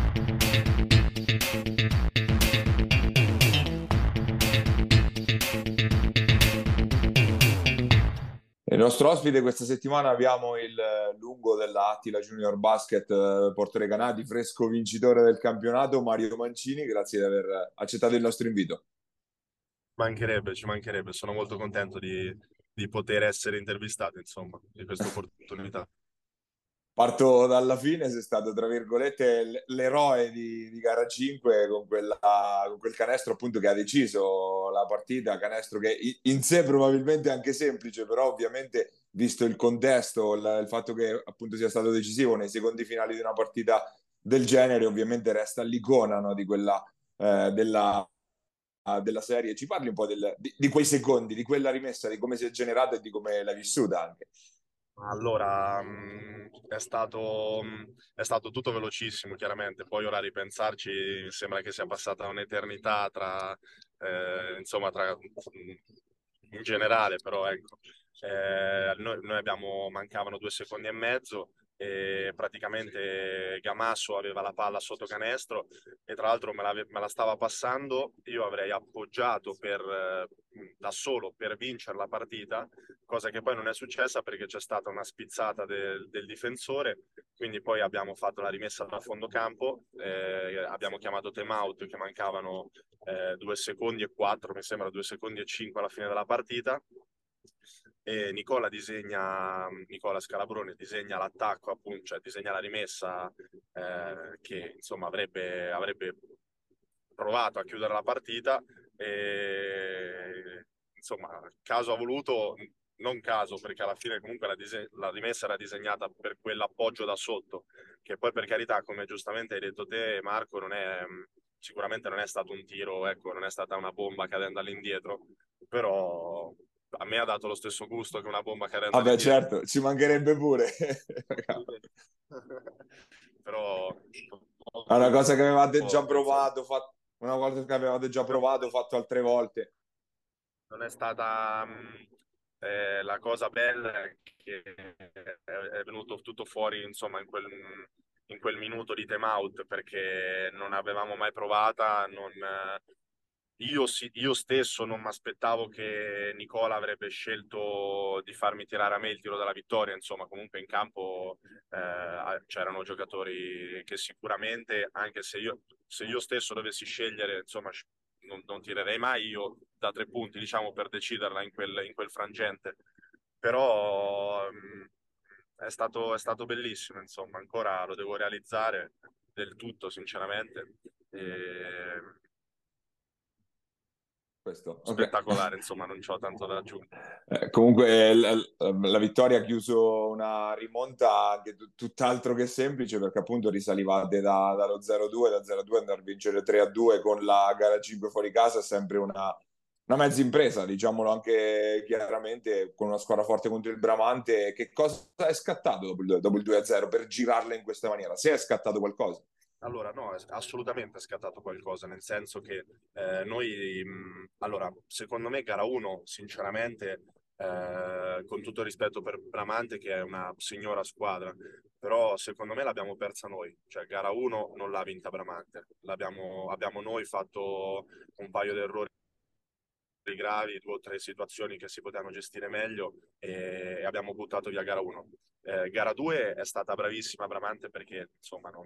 B: Il nostro ospite questa settimana abbiamo il lungo della Attila Junior Basket, eh, Porto Recanati, fresco vincitore del campionato, Mario Mancini. Grazie di aver accettato il nostro invito.
D: Mancherebbe, ci mancherebbe. Sono molto contento di, di poter essere intervistato, insomma, di questa opportunità.
B: Parto dalla fine, sei stato tra virgolette l- l'eroe di, di gara cinque con, quella, con quel canestro appunto che ha deciso la partita, canestro che i- in sé probabilmente è anche semplice, però ovviamente visto il contesto, il, il fatto che appunto sia stato decisivo nei secondi finali di una partita del genere, ovviamente resta l'icona, no, di quella, eh, della, della serie. Ci parli un po' del- di, di quei secondi, di quella rimessa, di come si è generata e di come l'hai vissuta anche.
D: Allora, mh, è stato, mh, è stato tutto velocissimo, chiaramente. Poi ora a ripensarci mi sembra che sia passata un'eternità tra, eh, insomma, tra, mh, in generale, però ecco, eh, noi, noi abbiamo, mancavano due secondi e mezzo e praticamente Gamasso aveva la palla sotto canestro e tra l'altro me la, me la stava passando, io avrei appoggiato per, eh, da solo per vincere la partita, cosa che poi non è successa perché c'è stata una spizzata del, del difensore, quindi poi abbiamo fatto la rimessa da fondo campo, eh, abbiamo chiamato time out che mancavano eh, due secondi e quattro, mi sembra due secondi e cinque alla fine della partita. E Nicola disegna, Nicola Scalabrone disegna l'attacco, appunto, cioè disegna la rimessa eh, che insomma avrebbe, avrebbe provato a chiudere la partita e insomma, caso ha voluto, non caso, perché alla fine comunque la, dise- la rimessa era disegnata per quell'appoggio da sotto, che poi per carità, come giustamente hai detto te, Marco, non è, sicuramente non è stato un tiro, ecco, non è stata una bomba cadendo all'indietro, però a me ha dato lo stesso gusto che una bomba cadendo
B: Vabbè,
D: all'indietro.
B: certo, ci mancherebbe pure.
D: Però
B: È una cosa che avevate già
D: insomma,
B: provato, fatto, una cosa che avevate già provato, fatto altre volte.
D: non è stata mh, eh, la cosa bella è che è, è venuto tutto fuori insomma in quel, in quel minuto di time out perché non avevamo mai provata, non, eh, io, sì- io stesso non mi aspettavo che Nicola avrebbe scelto di farmi tirare a me il tiro della vittoria, insomma comunque in campo eh, c'erano giocatori che sicuramente, anche se io, se io stesso dovessi scegliere, insomma non, non tirerei mai io da tre punti, diciamo, per deciderla in quel, in quel frangente. Però mh, è stato, è stato bellissimo, insomma, ancora lo devo realizzare del tutto, sinceramente. E...
B: Questo, ok.
D: Spettacolare, insomma, non c'ho tanto da aggiungere.
B: Eh, comunque la, la vittoria ha chiuso una rimonta anche tu- tutt'altro che semplice perché appunto risalivate da- dallo zero due, da zero due andare a vincere tre a due con la gara cinque fuori casa è sempre una, una mezza impresa, diciamolo anche chiaramente, con una squadra forte contro il Bramante. Che cosa è scattato dopo il, dopo il due a zero per girarla in questa maniera? Se è scattato qualcosa?
D: Allora, no, è assolutamente scattato qualcosa, nel senso che eh, noi, mh, allora, secondo me gara uno, sinceramente, eh, con tutto il rispetto per Bramante, che è una signora squadra, però secondo me l'abbiamo persa noi, cioè gara uno non l'ha vinta Bramante, l'abbiamo, abbiamo noi fatto un paio di errori gravi, due o tre situazioni che si potevano gestire meglio e abbiamo buttato via gara uno. Eh, gara due è stata bravissima Bramante perché, insomma, non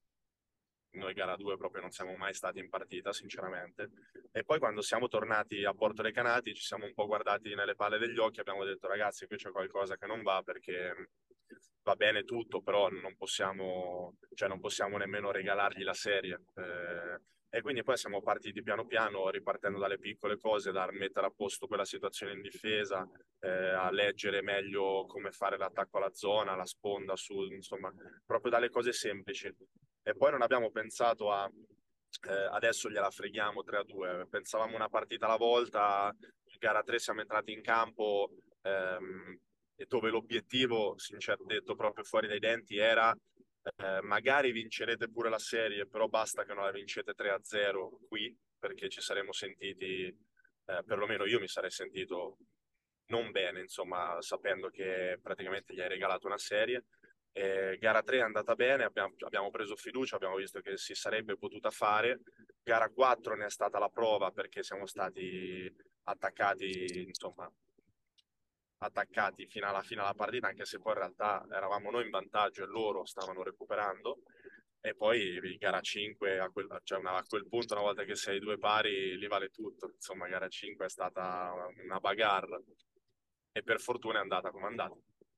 D: noi gara due proprio non siamo mai stati in partita, sinceramente. E poi quando siamo tornati a Porto Recanati ci siamo un po' guardati nelle palle degli occhi, abbiamo detto ragazzi, qui c'è qualcosa che non va perché va bene tutto, però non possiamo, cioè non possiamo nemmeno regalargli la serie. Eh, e quindi poi siamo partiti piano piano, ripartendo dalle piccole cose, da mettere a posto quella situazione in difesa, eh, a leggere meglio come fare l'attacco alla zona, la sponda, su, insomma, proprio dalle cose semplici. E poi non abbiamo pensato a eh, adesso gliela freghiamo tre a due, pensavamo una partita alla volta, in gara tre siamo entrati in campo ehm, e dove l'obiettivo, sinceramente detto proprio fuori dai denti, era eh, magari vincerete pure la serie, però basta che non la vincete tre a zero qui, perché ci saremmo sentiti, eh, perlomeno io mi sarei sentito non bene, insomma, sapendo che praticamente gli hai regalato una serie. Eh, gara tre è andata bene, abbiamo, abbiamo preso fiducia, abbiamo visto che si sarebbe potuta fare. Gara quattro ne è stata la prova perché siamo stati attaccati, insomma, attaccati fino alla fine della partita, anche se poi in realtà eravamo noi in vantaggio e loro stavano recuperando. E poi gara cinque, a quel, cioè una, a quel punto, una volta che sei due pari, lì vale tutto. Insomma, gara cinque è stata una bagarre e per fortuna è andata come è andata.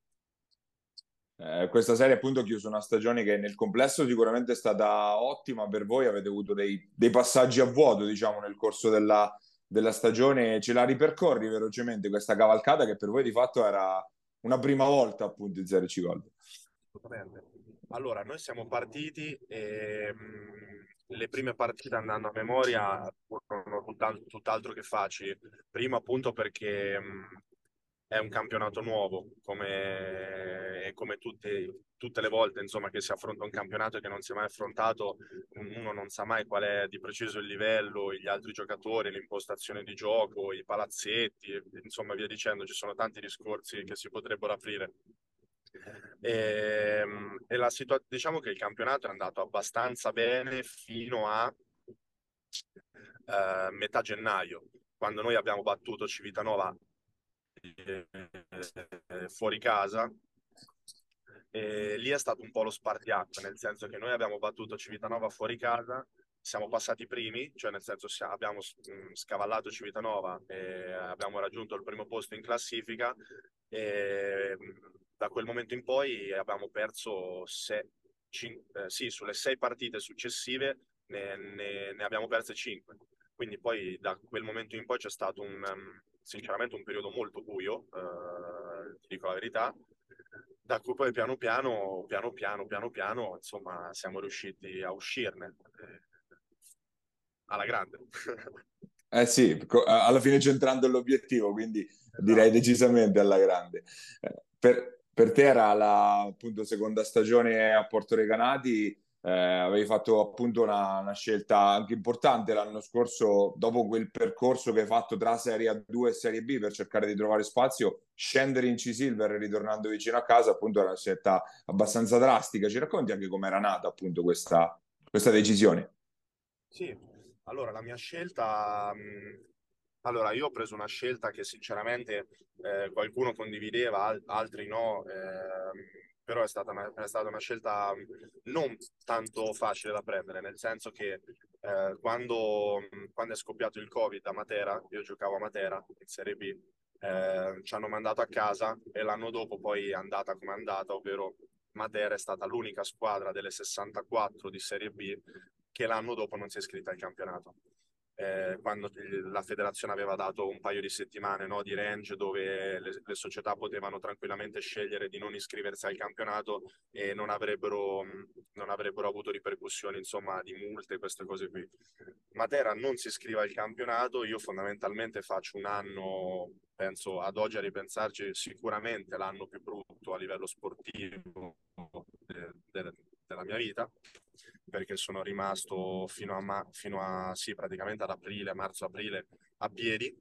B: Eh, questa serie appunto ha chiuso una stagione che nel complesso sicuramente è stata ottima per voi, avete avuto dei, dei passaggi a vuoto, diciamo, nel corso della, della stagione. Ce la ripercorri velocemente questa cavalcata che per voi di fatto era una prima volta appunto in Serie C Gold?
D: Assolutamente. Allora, noi siamo partiti e mh, le prime partite andando a memoria furono tutt'al- tutt'altro che facili. Primo appunto perché mh, è un campionato nuovo, come, e come tutte, tutte le volte insomma, che si affronta un campionato che non si è mai affrontato, uno non sa mai qual è di preciso il livello, gli altri giocatori, l'impostazione di gioco, i palazzetti, insomma via dicendo, ci sono tanti discorsi che si potrebbero aprire. E, e la situa- diciamo che il campionato è andato abbastanza bene fino a eh, metà gennaio, quando noi abbiamo battuto Civitanova eh, fuori casa. E lì è stato un po' lo spartiacque, nel senso che noi abbiamo battuto Civitanova fuori casa, siamo passati primi, cioè nel senso sia- abbiamo mh, scavallato Civitanova e abbiamo raggiunto il primo posto in classifica e mh, da quel momento in poi abbiamo perso se, cin- eh, sì, sulle sei partite successive ne, ne- ne abbiamo perse cinque. quindi poi da quel momento in poi c'è stato un, um, sinceramente un periodo molto buio, eh, ti dico la verità, da cui poi piano piano, piano piano, piano piano, insomma, siamo riusciti a uscirne eh, alla grande.
B: Eh sì, co- alla fine centrando l'obiettivo, quindi direi
D: Esatto.
B: decisamente alla grande. Eh, per, per te era la appunto seconda stagione a Porto Recanati, eh, avevi fatto appunto una, una scelta anche importante l'anno scorso, dopo quel percorso che hai fatto tra Serie A due e Serie B per cercare di trovare spazio, scendere in C-Silver ritornando vicino a casa, appunto era una scelta abbastanza drastica. Ci racconti anche come era nata appunto questa, questa decisione?
D: Sì, allora la mia scelta, mh, allora io ho preso una scelta che sinceramente eh, qualcuno condivideva, al- altri no, ehm, però è stata una, è stata una scelta non tanto facile da prendere, nel senso che eh, quando, quando è scoppiato il Covid a Matera, io giocavo a Matera in Serie B, eh, ci hanno mandato a casa e l'anno dopo poi è andata come è andata, ovvero Matera è stata l'unica squadra delle sessantaquattro di Serie B che l'anno dopo non si è iscritta al campionato. Eh, quando la federazione aveva dato un paio di settimane, no, di range dove le, le società potevano tranquillamente scegliere di non iscriversi al campionato e non avrebbero, non avrebbero avuto ripercussioni, insomma, di multe, queste cose qui. Matera non si iscrive al campionato, io fondamentalmente faccio un anno, penso ad oggi a ripensarci, sicuramente l'anno più brutto a livello sportivo de, de, della mia vita, perché sono rimasto fino a, ma- fino a sì, praticamente ad aprile, marzo-aprile a piedi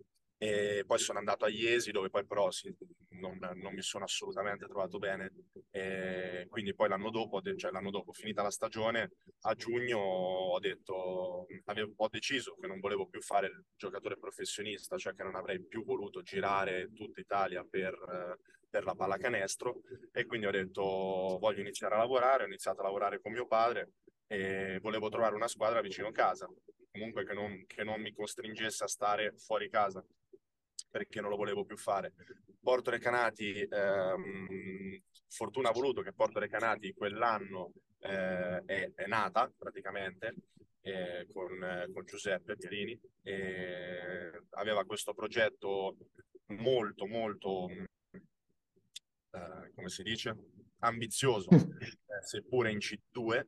D: e poi sono andato a Iesi dove poi però sì, non, non mi sono assolutamente trovato bene e quindi poi l'anno dopo, de- cioè l'anno dopo, finita la stagione, a giugno ho detto, avevo, ho deciso che non volevo più fare il giocatore professionista, cioè che non avrei più voluto girare tutta Italia per, eh, per la pallacanestro e quindi ho detto voglio iniziare a lavorare, ho iniziato a lavorare con mio padre e volevo trovare una squadra vicino casa, comunque che non, che non mi costringesse a stare fuori casa, perché non lo volevo più fare. Porto Recanati, ehm, fortuna ha voluto che Porto Recanati quell'anno eh, è, è nata praticamente eh, con, eh, con Giuseppe Pierini e aveva questo progetto molto molto eh, come si dice ambizioso eh, seppure in C due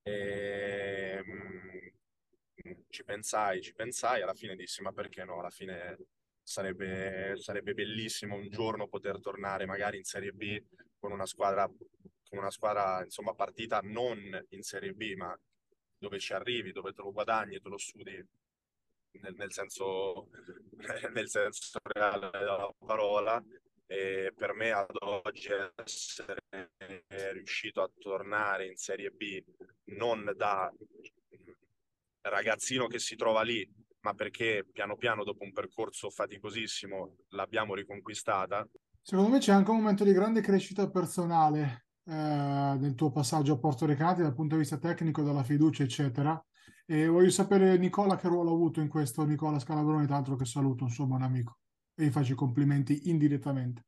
D: e, mh, ci pensai, ci pensai, alla fine dissi ma perché no, alla fine sarebbe, sarebbe bellissimo un giorno poter tornare magari in Serie B con una squadra, con una squadra insomma partita non in Serie B ma dove ci arrivi, dove te lo guadagni, te lo studi nel, nel senso, nel senso reale della parola e per me ad oggi essere riuscito a tornare in Serie B non da ragazzino che si trova lì, ma perché piano piano dopo un percorso faticosissimo l'abbiamo riconquistata.
C: Secondo me c'è anche un momento di grande crescita personale eh, nel tuo passaggio a Porto Recati dal punto di vista tecnico, dalla fiducia, eccetera. E voglio sapere, Nicola, che ruolo ha avuto in questo, Nicola Scalabrone, tra l'altro che saluto, insomma, un amico. E gli faccio i complimenti indirettamente.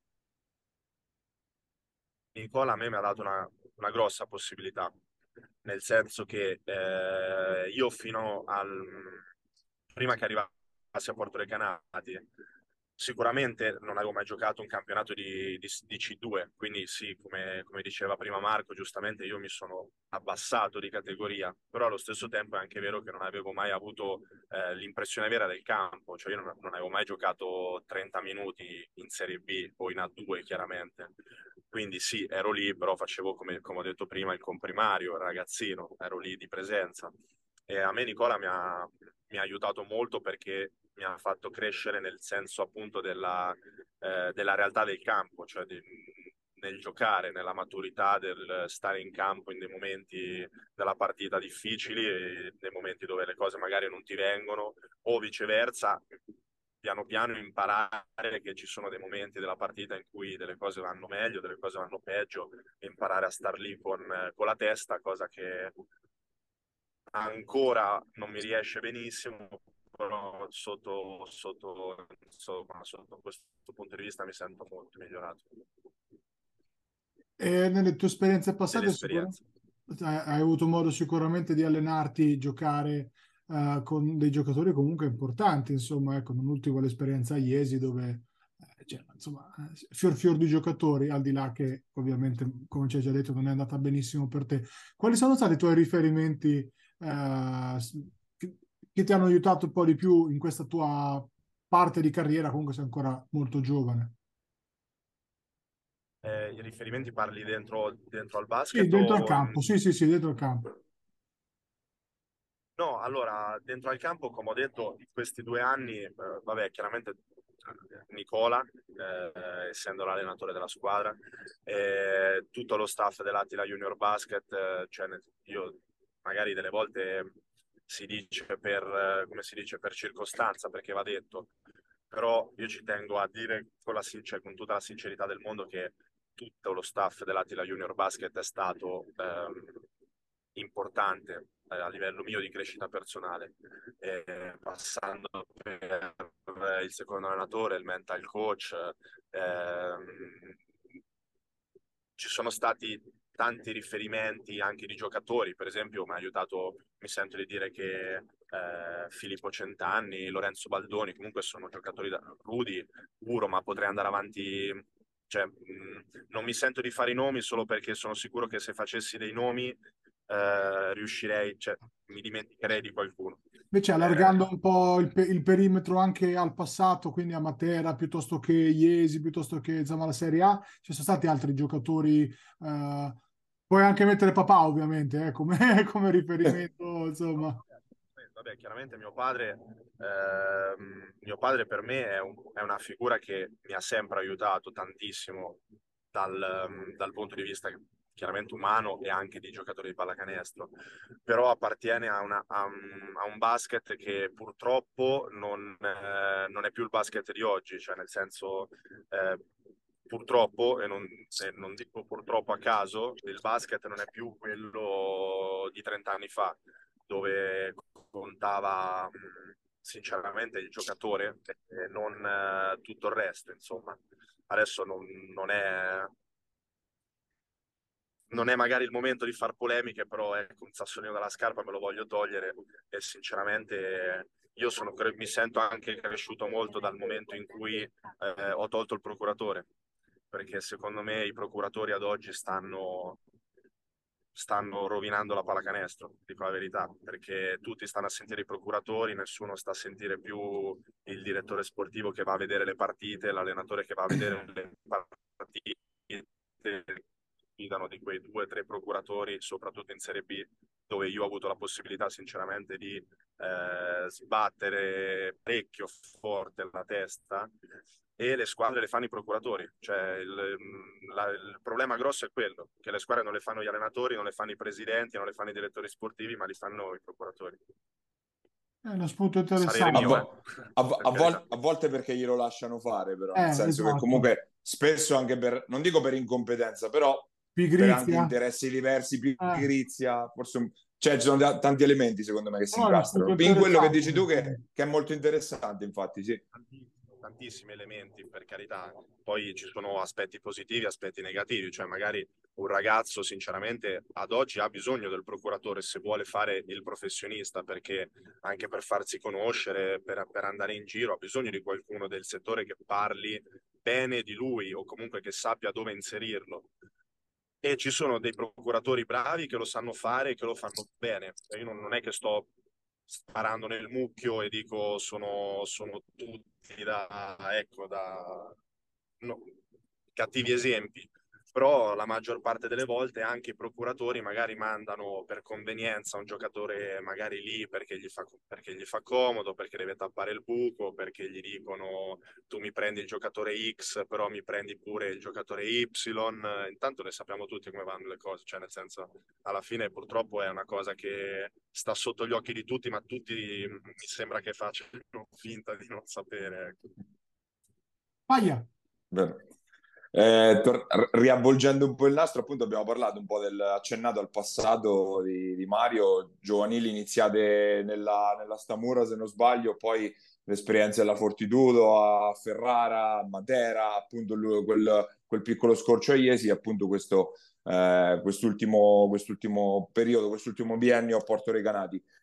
D: Nicola a me mi ha dato una, una grossa possibilità, nel senso che eh, io fino al prima che arrivassi a Porto Recanati sicuramente non avevo mai giocato un campionato di, di, di C due, quindi sì, come, come diceva prima Marco, giustamente io mi sono abbassato di categoria, però allo stesso tempo è anche vero che non avevo mai avuto eh, l'impressione vera del campo, cioè io non, non avevo mai giocato trenta minuti in Serie B o in A due chiaramente. Quindi sì, ero lì, però facevo, come, come ho detto prima, il comprimario, il ragazzino, ero lì di presenza. E a me Nicola mi ha, mi ha aiutato molto perché mi ha fatto crescere nel senso appunto della, eh, della realtà del campo, cioè di, nel giocare, nella maturità del stare in campo in dei momenti della partita difficili e nei momenti dove le cose magari non ti vengono o viceversa, piano piano imparare che ci sono dei momenti della partita in cui delle cose vanno meglio, delle cose vanno peggio e imparare a star lì con, con la testa, cosa che ancora non mi riesce benissimo, però sotto, sotto, insomma, sotto questo punto di vista mi sento molto migliorato
C: E nelle tue esperienze passate, sicuramente
D: nell'esperienza.
C: hai hai avuto modo sicuramente di allenarti, giocare uh, con dei giocatori comunque importanti, insomma, ecco, non ultimo l'esperienza a Iesi dove eh, cioè, insomma, fior fior di giocatori, al di là che ovviamente, come ci hai già detto, non è andata benissimo per te. Quali sono stati i tuoi riferimenti uh, che, che ti hanno aiutato un po' di più in questa tua parte di carriera, comunque sei ancora molto giovane?
D: Eh, I riferimenti parli dentro, dentro al
C: Sì,
D: basket
C: dentro al
D: o
C: campo,
D: in...
C: sì, sì, sì, dentro al campo.
D: No, allora, dentro al campo, come ho detto, in questi due anni, eh, vabbè, chiaramente eh, Nicola, eh, essendo l'allenatore della squadra, e tutto lo staff dell'Attila Junior Basket, eh, cioè nel- io magari delle volte si dice per, eh, come si dice, per circostanza, perché va detto, però io ci tengo a dire con, la, sin- cioè, con tutta la sincerità del mondo che tutto lo staff dell'Attila Junior Basket è stato ehm, importante eh, a livello mio di crescita personale, eh, passando per il secondo allenatore, il mental coach. ehm, Ci sono stati tanti riferimenti anche di giocatori, per esempio mi ha aiutato, mi sento di dire che eh, Filippo Centanni, Lorenzo Baldoni, comunque sono giocatori da Rudi, puro, ma potrei andare avanti, cioè mh, non mi sento di fare i nomi solo perché sono sicuro che se facessi dei nomi eh, riuscirei, cioè mi dimenticherei di qualcuno.
C: Invece
D: Eh,
C: allargando un po' il, pe- il perimetro anche al passato, quindi a Matera piuttosto che Iesi, piuttosto che insomma, la Serie A, ci sono stati altri giocatori, eh, puoi anche mettere papà ovviamente, eh, come, come riferimento, insomma.
D: Vabbè, chiaramente mio padre, ehm, mio padre per me è, un- è una figura che mi ha sempre aiutato tantissimo dal, ehm, dal punto di vista chiaramente umano e anche di giocatore di pallacanestro, però appartiene a, una- a un, a un basket che purtroppo non, eh, non è più il basket di oggi, cioè nel senso eh, purtroppo, e non, e non dico purtroppo a caso, il basket non è più quello di trenta anni fa dove contava mh, sinceramente il giocatore e non eh, tutto il resto, insomma. Adesso non, non è, non è magari il momento di far polemiche, però ecco, un sassolino dalla scarpa me lo voglio togliere e sinceramente io sono, mi sento anche cresciuto molto dal momento in cui eh, ho tolto il procuratore, perché secondo me i procuratori ad oggi stanno stanno rovinando la pallacanestro, dico la verità, perché tutti stanno a sentire i procuratori, nessuno sta a sentire più il direttore sportivo che va a vedere le partite, l'allenatore che va a vedere le partite, guidano di quei due o tre procuratori, soprattutto in Serie B, dove io ho avuto la possibilità sinceramente di eh, sbattere parecchio forte la testa e le squadre le fanno i procuratori. Cioè, il, la, il problema grosso è quello, che le squadre non le fanno gli allenatori, non le fanno i presidenti, non le fanno i direttori sportivi, ma li fanno i procuratori.
C: È uno spunto
D: Parere
B: A,
C: interessante.
D: mio, eh?
B: vo- a vo-
D: Per
B: a
D: carità.
B: vol- a volte perché glielo lasciano fare, però, nel
C: Eh,
B: senso che
C: esatto.
B: comunque spesso anche per, non dico per incompetenza, però per anche
C: Pigrizia.
B: interessi diversi,
C: Eh,
B: pigrizia, forse un- cioè ci sono da- tanti elementi secondo me che si
C: però è uno spunto
B: incastrano. In quello che
C: interessante.
B: dici tu che, che è molto interessante, infatti, sì.
D: Tantissimi, tantissimi elementi, per carità. Poi ci sono aspetti positivi, aspetti negativi, cioè magari un ragazzo sinceramente ad oggi ha bisogno del procuratore se vuole fare il professionista, perché anche per farsi conoscere, per, per andare in giro, ha bisogno di qualcuno del settore che parli bene di lui o comunque che sappia dove inserirlo. E ci sono dei procuratori bravi che lo sanno fare e che lo fanno bene. Io non, non è che sto sparando nel mucchio e dico sono, sono tutti da, ecco, da no, cattivi esempi, però la maggior parte delle volte anche i procuratori magari mandano per convenienza un giocatore magari lì perché gli fa, perché gli fa comodo, perché deve tappare il buco, perché gli dicono tu mi prendi il giocatore X, però mi prendi pure il giocatore Y. Intanto ne sappiamo tutti come vanno le cose, cioè nel senso, alla fine purtroppo è una cosa che sta sotto gli occhi di tutti, ma tutti mi sembra che facciano finta di non sapere. Ecco.
C: Paia.
B: Vero. Eh, tor- riavvolgendo un po' il nastro, appunto abbiamo parlato un po' del accennato al passato di, di Mario, giovanili iniziate nella, nella Stamura se non sbaglio, poi l'esperienza della Fortitudo a Ferrara, a Matera, appunto lui- quel, quel piccolo scorcio a Iesi, appunto questo, eh, quest'ultimo, quest'ultimo periodo, quest'ultimo biennio a Porto Recanati.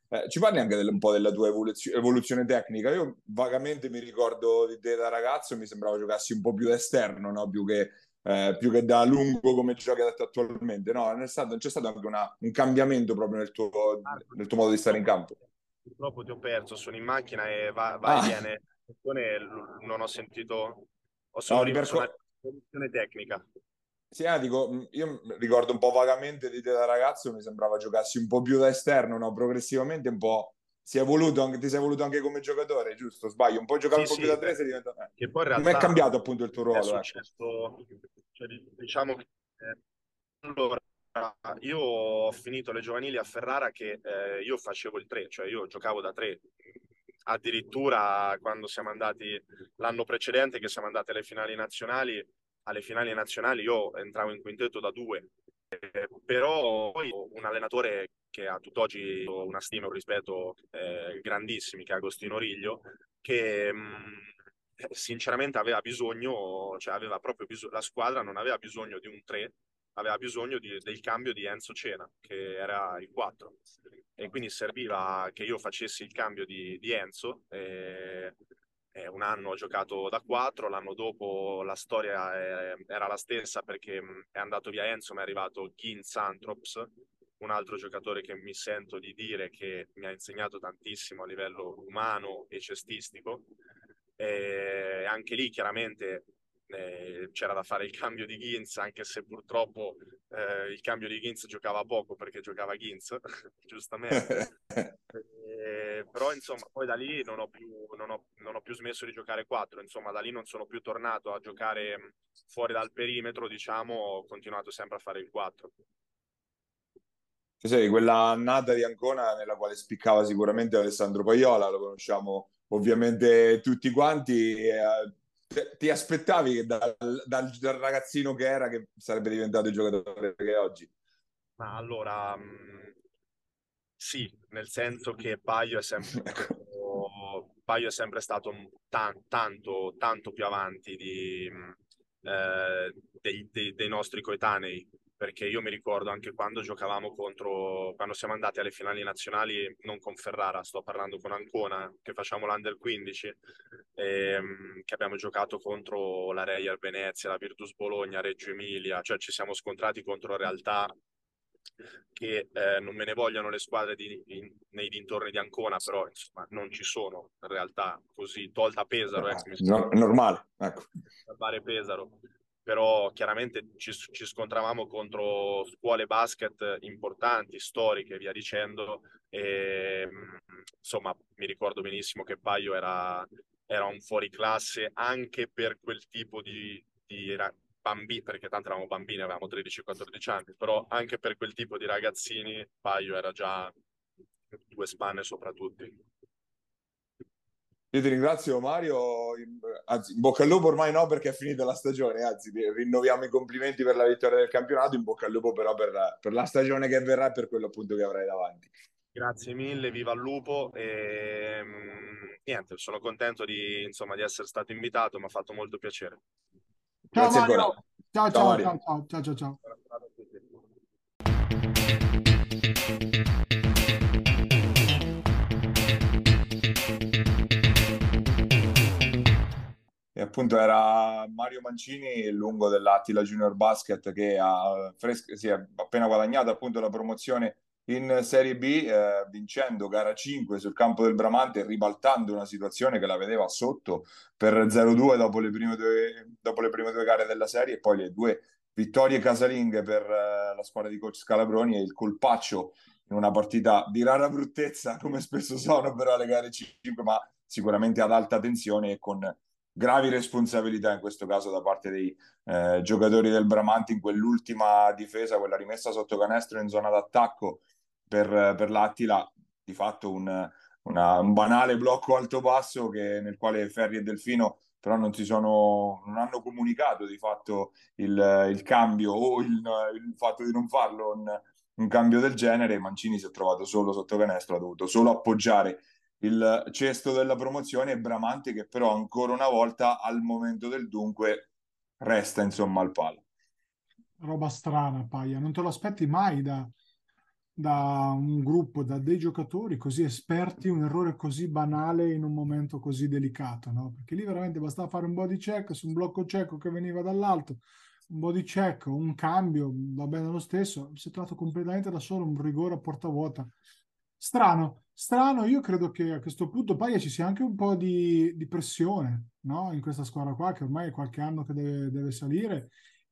B: Eh, ci parli anche del, un po' della tua evoluzio- evoluzione tecnica? Io vagamente mi ricordo di te da ragazzo, mi sembrava giocassi un po' più da esterno, no? Più che, eh, più che da lungo come giochi attualmente. No, non è stato- non c'è stato anche una- un cambiamento proprio nel tuo,
D: Marco,
B: nel tuo modo di stare in campo.
D: purtroppo ti ho perso, sono in macchina e va, va e
B: Ah,
D: viene. Non ho sentito, o sono,
B: no,
D: ri- sono a
B: ripercorso.
D: evoluzione tecnica.
B: Sì, ah, dico, mh, io m- ricordo un po' vagamente di te da ragazzo, mi sembrava giocassi un po' più da esterno, no? Progressivamente un po' si è evoluto anche, ti sei evoluto anche come giocatore, giusto? Sbaglio, un po' giocavi
D: Sì,
B: un po' più
D: sì,
B: da tre,
D: beh,
B: sei diventato... eh.
D: che poi in
B: Com'è
D: realtà
B: cambiato appunto il tuo
D: è
B: ruolo, ecco?
D: successo, cioè, diciamo che eh, allora io ho finito le giovanili a Ferrara che eh, io facevo il tre, cioè io giocavo da tre. Addirittura quando siamo andati l'anno precedente, che siamo andati alle finali nazionali, alle finali nazionali io entravo in quintetto da due. Però poi un allenatore che a tutt'oggi ho una stima e un rispetto eh, grandissimi, che è Agostino Riglio, che mh, sinceramente aveva bisogno, cioè aveva proprio bisogno, la squadra non aveva bisogno di un tre, aveva bisogno di- del cambio di Enzo Cena, che era il quattro. E quindi serviva che io facessi il cambio di, di Enzo. E, e un anno ho giocato da quattro, l'anno dopo la storia è- era la stessa perché mh, è andato via Enzo, ma è arrivato Ginz Antrops, un altro giocatore che mi sento di dire che mi ha insegnato tantissimo a livello umano e cestistico. E anche lì chiaramente eh, c'era da fare il cambio di Ginz, anche se purtroppo eh, il cambio di Ginz giocava poco perché giocava Ginz, giustamente. Eh, però insomma poi da lì non ho più, non ho, non ho più smesso di giocare quattro, insomma da lì non sono più tornato a giocare mh, fuori dal perimetro, diciamo, ho continuato sempre a fare il quattro.
B: Ci sei quella annata di Ancona nella quale spiccava sicuramente Alessandro Paiola, lo conosciamo ovviamente tutti quanti. E, eh, te- ti aspettavi che dal, dal- dal ragazzino che era che sarebbe diventato il giocatore che è oggi?
D: Ma allora, mh, sì, nel senso che Paio è sempre
B: Ecco.
D: stato, Paio è sempre stato tan- tanto, tanto più avanti di, mh, eh, dei, dei- dei nostri coetanei, perché io mi ricordo anche quando giocavamo contro, quando siamo andati alle finali nazionali, non con Ferrara, sto parlando con Ancona, che facciamo l'Under quindici, ehm, che abbiamo giocato contro la Real Venezia, la Virtus Bologna, Reggio Emilia, cioè ci siamo scontrati contro realtà che eh, non me ne vogliono le squadre di, in, nei dintorni di Ancona, però insomma non ci sono in realtà così, tolta Pesaro, ecco, mi
B: No, è normale, ecco.
D: salvare Pesaro, però chiaramente ci, ci scontravamo contro scuole basket importanti, storiche, via dicendo, e insomma mi ricordo benissimo che Paio era, era un fuoriclasse anche per quel tipo di, di ra- bambini, perché tanto eravamo bambini, avevamo tredici quattordici anni, però anche per quel tipo di ragazzini Paio era già due spanne sopra tutti.
B: Io ti ringrazio Mario, in- anzi in bocca al lupo ormai no perché è finita la stagione, anzi ti rinnoviamo i complimenti per la vittoria del campionato, in bocca al lupo però per la, per la stagione che verrà e per quello appunto che avrai davanti.
D: Grazie mille, viva il lupo e mm, niente, sono contento di, insomma, di essere stato invitato, mi ha fatto molto piacere.
C: Ciao
B: Grazie ancora.
C: Mario, ciao
B: Ciao
C: ciao ciao
B: Mario.
C: ciao ciao ciao ciao.
D: Buona serata a tutti.
B: E appunto era Mario Mancini, il lungo dell'Attila Junior Basket che ha, fres- si è appena guadagnato appunto la promozione in Serie B, eh, vincendo gara cinque sul campo del Bramante e ribaltando una situazione che la vedeva sotto per zero due dopo le prime due, dopo le prime due gare della serie e poi le due vittorie casalinghe per eh, la squadra di coach Scalabroni e il colpaccio in una partita di rara bruttezza come spesso sono però le gare cinque, ma sicuramente ad alta tensione e con gravi responsabilità in questo caso da parte dei eh, giocatori del Bramante in quell'ultima difesa, quella rimessa sotto canestro in zona d'attacco per, per l'Attila, di fatto un, una, un banale blocco alto-basso che, nel quale Ferri e Delfino però non si sono, non hanno comunicato di fatto il, il cambio o il, il fatto di non farlo, un, un cambio del genere. Mancini si è trovato solo sotto canestro, ha dovuto solo appoggiare il cesto della promozione e Bramante che però ancora una volta al momento del dunque resta insomma al palo.
C: Roba strana, Paia, non te lo aspetti mai da, da un gruppo, da dei giocatori così esperti, un errore così banale in un momento così delicato, no? Perché lì veramente bastava fare un body check su un blocco cieco che veniva dall'alto, un body check, un cambio, va bene lo stesso, si è trovato completamente da solo, un rigore a porta vuota. Strano, strano, io credo che a questo punto poi ci sia anche un po' di, di pressione, no? In questa squadra qua, che ormai è qualche anno che deve, deve salire,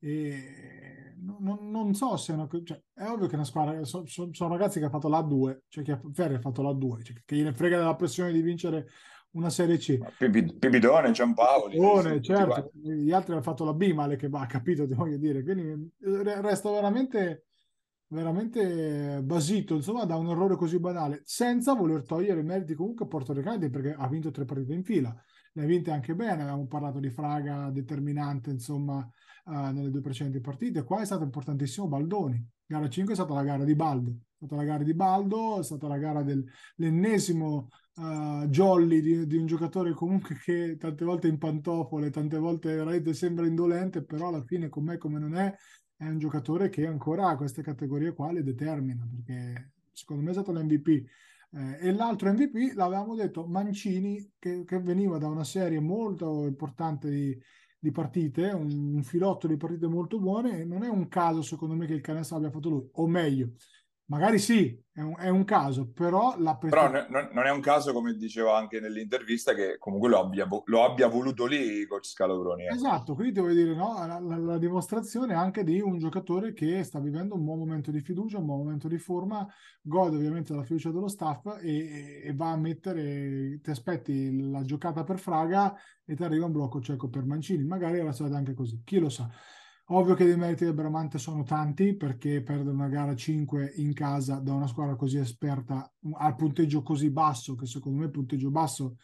C: e non, non- non so se è una, co- cioè, è ovvio che è una squadra, so- so- sono ragazzi che ha fatto l'A due, cioè che Ferri ha fatto l'A due, cioè, che gliene frega della pressione di vincere una Serie C.
B: Pipi- Pipitone, Giampaoli, sì,
C: Buone,
B: sì, tutti
C: certo,
B: quanti.
C: gli altri hanno fatto la B, male che va, capito, ti voglio dire. Quindi eh, resto veramente, veramente basito, insomma, da un errore così banale, senza voler togliere i meriti comunque a Porto Riccardi, perché ha vinto tre partite in fila. Le ha vinte anche bene, avevamo parlato di Fraga determinante, insomma, eh, nelle due precedenti partite. Qua è stato importantissimo Baldoni. Gara cinque è stata la gara di Baldo, è stata la gara di Baldo, è stata la gara dell'ennesimo uh, jolly di, di un giocatore comunque che tante volte è in pantofole, tante volte veramente sembra indolente, però alla fine com'è come non è, è un giocatore che ancora a queste categorie qua le determina, perché secondo me è stato l'M V P. Eh, e l'altro M V P l'avevamo detto Mancini, che, che veniva da una serie molto importante di, di partite, un, un filotto di partite molto buone, e non è un caso secondo me che il Canessa abbia fatto lui, o meglio, magari sì, è un, è un caso, però la
B: Però
C: prestazione.
B: n- non non è un caso, come diceva anche nell'intervista, che comunque lo abbia, vo- lo abbia voluto lì coach Scalabroni, ecco.
C: Esatto, quindi devo dire, no, la, la- la dimostrazione anche di un giocatore che sta vivendo un buon momento di fiducia, un buon momento di forma, gode ovviamente della fiducia dello staff e, e va a mettere, ti aspetti la giocata per Fraga e ti arriva un blocco cieco per Mancini, magari era stata anche così, chi lo sa. Ovvio che i meriti del Bramante sono tanti, perché perdere una gara cinque in casa da una squadra così esperta al punteggio così basso, che secondo me il punteggio basso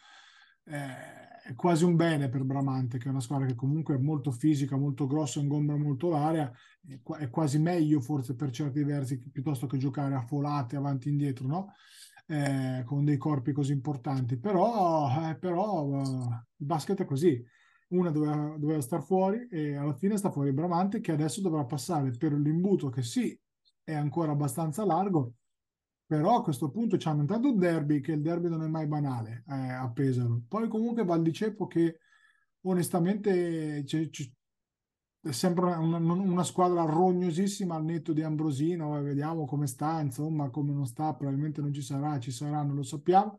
C: eh, è quasi un bene per Bramante, che è una squadra che comunque è molto fisica, molto grossa, ingombra molto l'area, è, qua- è quasi meglio forse per certi versi piuttosto che giocare a folate avanti e indietro, no? Eh, con dei corpi così importanti. Però, eh, però eh, il basket è così. Una doveva, doveva star fuori e alla fine sta fuori Bramante, che adesso dovrà passare per l'imbuto che sì, è ancora abbastanza largo, però a questo punto c'hanno intanto un derby, che il derby non è mai banale, eh, a Pesaro. Poi comunque Val di Ceppo, che onestamente c'è- c'è- è sempre una, una- una squadra rognosissima al netto di Ambrosino, eh, vediamo come sta, insomma, come non sta, probabilmente non ci sarà, ci sarà, non lo sappiamo.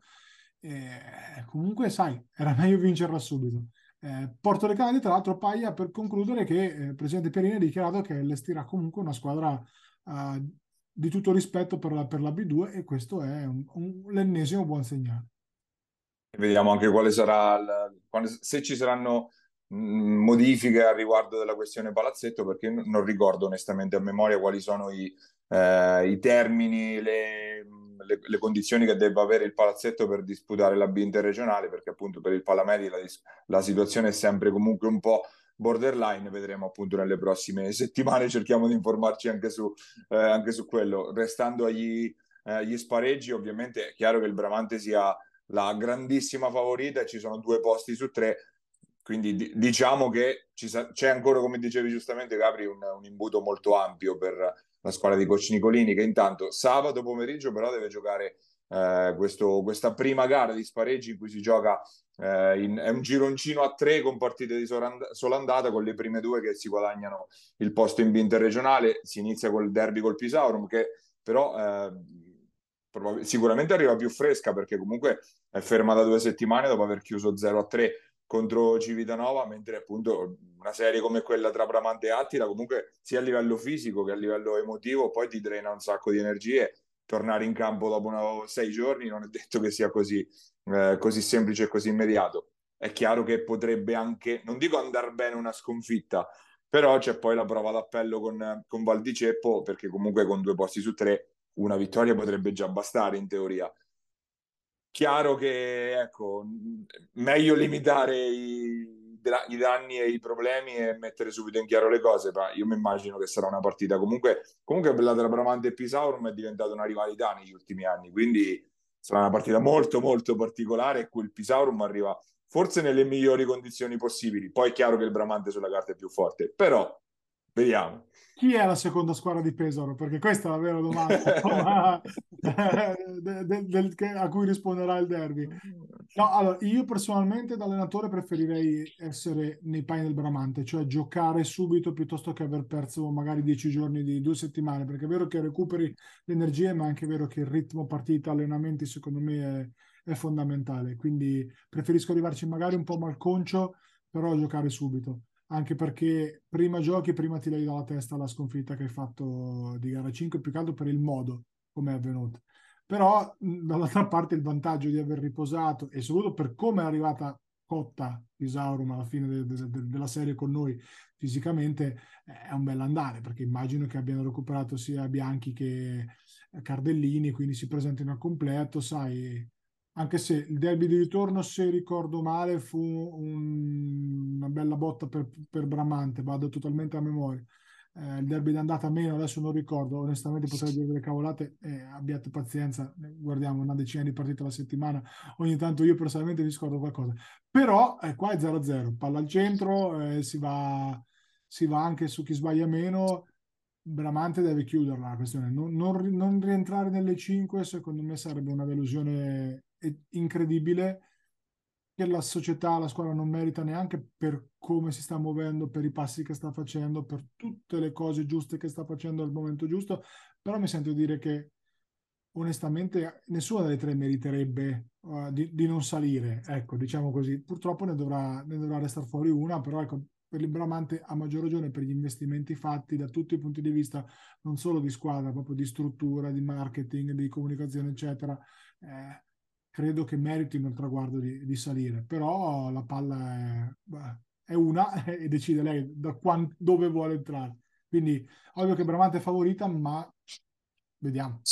C: Eh, comunque, sai, era meglio vincerla subito. Eh, Porto Recade, tra l'altro, Paglia per concludere che eh, il presidente Perini ha dichiarato che allestirà comunque una squadra eh, di tutto rispetto per la, per la B due, e questo è un- un- l'ennesimo buon segnale.
B: Vediamo anche quale sarà, il- quando- se ci saranno mh, modifiche al riguardo della questione palazzetto, perché n- non ricordo onestamente a memoria quali sono i, eh, i termini, le, le- le condizioni che debba avere il palazzetto per disputare la B interregionale, perché appunto per il Palamedi la, dis- la situazione è sempre comunque un po' borderline. Vedremo appunto nelle prossime settimane, cerchiamo di informarci anche su, eh, anche su quello. Restando agli, eh, agli spareggi, ovviamente è chiaro che il Bramante sia la grandissima favorita e ci sono due posti su tre, quindi di- diciamo che ci sa- c'è ancora, come dicevi giustamente Capri, un, un imbuto molto ampio per la squadra di Coach Nicolini, che intanto sabato pomeriggio però deve giocare eh, questo- questa prima gara di spareggi in cui si gioca, eh, in, è un gironcino a tre con partite di sorand- sola andata, con le prime due che si guadagnano il posto in B interregionale. Si inizia col derby col Pisaurum, che però eh, probab- sicuramente arriva più fresca, perché comunque è ferma da due settimane dopo aver chiuso zero a tre contro Civitanova, mentre appunto una serie come quella tra Bramante e Attila, comunque sia a livello fisico che a livello emotivo, poi ti drena un sacco di energie. Tornare in campo dopo una, sei giorni non è detto che sia così, eh, così semplice e così immediato. È chiaro che potrebbe anche, non dico andare bene una sconfitta, però c'è poi la prova d'appello con, con Val di Ceppo, perché comunque con due posti su tre una vittoria potrebbe già bastare in teoria. Chiaro che, ecco, meglio limitare i, i danni e i problemi e mettere subito in chiaro le cose, ma io mi immagino che sarà una partita comunque, comunque per la tra Bramante e Pisaurum è diventata una rivalità negli ultimi anni, quindi sarà una partita molto molto particolare, e cui il Pisaurum arriva forse nelle migliori condizioni possibili. Poi è chiaro che il Bramante sulla carta è più forte, però Vediamo.
C: Chi è la seconda squadra di Pesaro? Perché questa è la vera domanda del- del- del- a cui risponderà il derby. No, allora, io personalmente da allenatore preferirei essere nei panni del Bramante, cioè giocare subito piuttosto che aver perso magari dieci giorni di due settimane, perché è vero che recuperi le energie, ma è anche vero che il ritmo partita, allenamenti, secondo me è, è fondamentale. Quindi preferisco arrivarci magari un po' malconcio, però giocare subito. Anche perché prima giochi, prima ti levi dalla testa la sconfitta che hai fatto di gara cinque, più che altro per il modo come è avvenuto. Però mh, dall'altra parte il vantaggio di aver riposato e soprattutto per come è arrivata cotta Isaurum alla fine de- de- de- della serie con noi fisicamente eh, è un bel andare, perché immagino che abbiano recuperato sia Bianchi che Cardellini, quindi si presentino al completo, sai, anche se il derby di ritorno, se ricordo male, fu un- una bella botta per, per Bramante, vado totalmente a memoria. Eh, il derby d'andata meno, adesso non ricordo, onestamente potrei dire delle cavolate, eh, abbiate pazienza, guardiamo una decina di partite alla settimana, ogni tanto io personalmente mi scordo qualcosa. Però eh, qua è zero a zero, palla al centro, eh, si va, si va anche su chi sbaglia meno. Bramante deve chiuderla la questione, non, non ri- non rientrare nelle cinque secondo me sarebbe una delusione e- incredibile che la società, la squadra non merita neanche per come si sta muovendo, per i passi che sta facendo, per tutte le cose giuste che sta facendo al momento giusto, però mi sento dire che onestamente nessuna delle tre meriterebbe uh, di, di non salire, ecco, diciamo così. Purtroppo ne dovrà, ne dovrà restare fuori una, però ecco, per il Bramante a maggior ragione per gli investimenti fatti da tutti i punti di vista, non solo di squadra, proprio di struttura, di marketing, di comunicazione, eccetera, eh, credo che meritino il traguardo di, di salire. Però la palla è, beh, è una e decide lei da quan- dove vuole entrare. Quindi ovvio che Bramante è favorita, ma vediamo.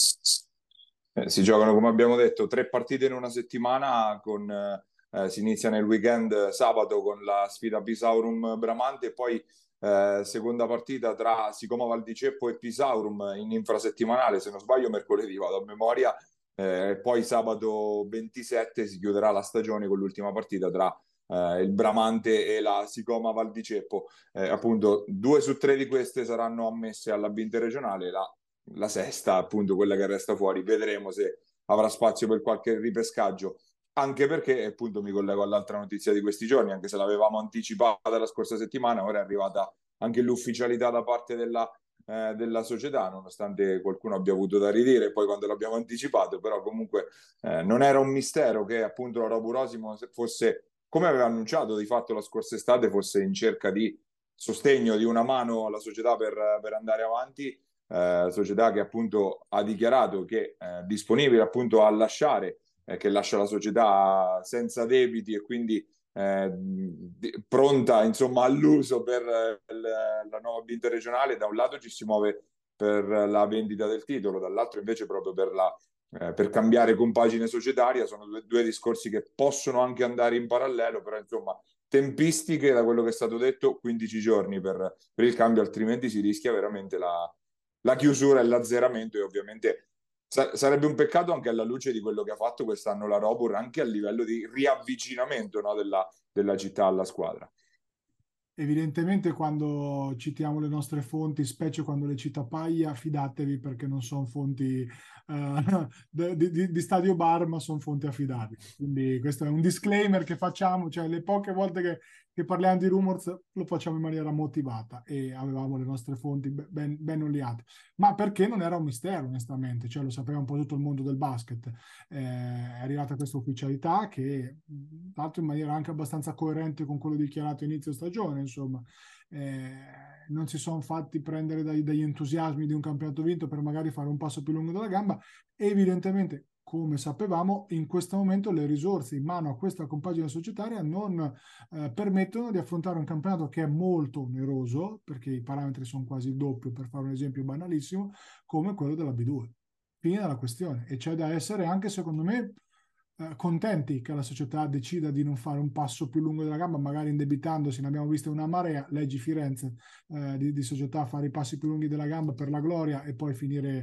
B: Eh, si giocano, come abbiamo detto, tre partite in una settimana, con, eh, si inizia nel weekend eh, sabato con la sfida Pisaurum Bramante e poi eh, seconda partita tra Sicoma Val di Ceppo e Pisaurum in infrasettimanale, se non sbaglio mercoledì, vado a memoria, eh, e poi sabato ventisette si chiuderà la stagione con l'ultima partita tra eh, il Bramante e la Sicoma Val di Ceppo. Eh, appunto, due su tre di queste saranno ammesse alla B interregionale, la la sesta, appunto quella che resta fuori, vedremo se avrà spazio per qualche ripescaggio, anche perché appunto mi collego all'altra notizia di questi giorni, anche se l'avevamo anticipata la scorsa settimana, ora è arrivata anche l'ufficialità da parte della, eh, della società, nonostante qualcuno abbia avuto da ridire poi quando l'abbiamo anticipato, però comunque eh, non era un mistero che appunto la Roburosimo fosse, come aveva annunciato di fatto la scorsa estate, fosse in cerca di sostegno, di una mano alla società per, per andare avanti, eh, società che appunto ha dichiarato che è disponibile appunto a lasciare, eh, che lascia la società senza debiti e quindi eh, di, pronta insomma all'uso per eh, la nuova B interregionale. Da un lato ci si muove per la vendita del titolo, dall'altro invece proprio per, la, eh, per cambiare compagine societaria. Sono due, due discorsi che possono anche andare in parallelo, però insomma tempistiche, da quello che è stato detto, quindici giorni per, per il cambio, altrimenti si rischia veramente la, la chiusura e l'azzeramento, e ovviamente sa- sarebbe un peccato anche alla luce di quello che ha fatto quest'anno la Robur, anche a livello di riavvicinamento, no, della, della città alla squadra.
C: Evidentemente quando citiamo le nostre fonti, specie quando le cita Paglia, fidatevi perché non sono fonti eh, di, di- di Stadio Bar, ma sono fonti affidabili. Quindi questo è un disclaimer che facciamo, cioè le poche volte che, che parliamo di rumors lo facciamo in maniera motivata e avevamo le nostre fonti be- ben, ben oliate. Ma perché non era un mistero, onestamente, cioè lo sapeva un po' tutto il mondo del basket. Eh, è arrivata questa ufficialità che, tra l'altro in maniera anche abbastanza coerente con quello dichiarato a inizio stagione, insomma, eh, non si sono fatti prendere dai, dagli entusiasmi di un campionato vinto per magari fare un passo più lungo della gamba. Evidentemente, come sapevamo, in questo momento le risorse in mano a questa compagine societaria non eh, permettono di affrontare un campionato che è molto oneroso, perché i parametri sono quasi il doppio, per fare un esempio banalissimo, come quello della B due. Fine della questione. E c'è da essere anche, secondo me, eh, contenti che la società decida di non fare un passo più lungo della gamba, magari indebitandosi. Ne abbiamo viste una marea, leggi Firenze, eh, di, di società fare i passi più lunghi della gamba per la gloria e poi finire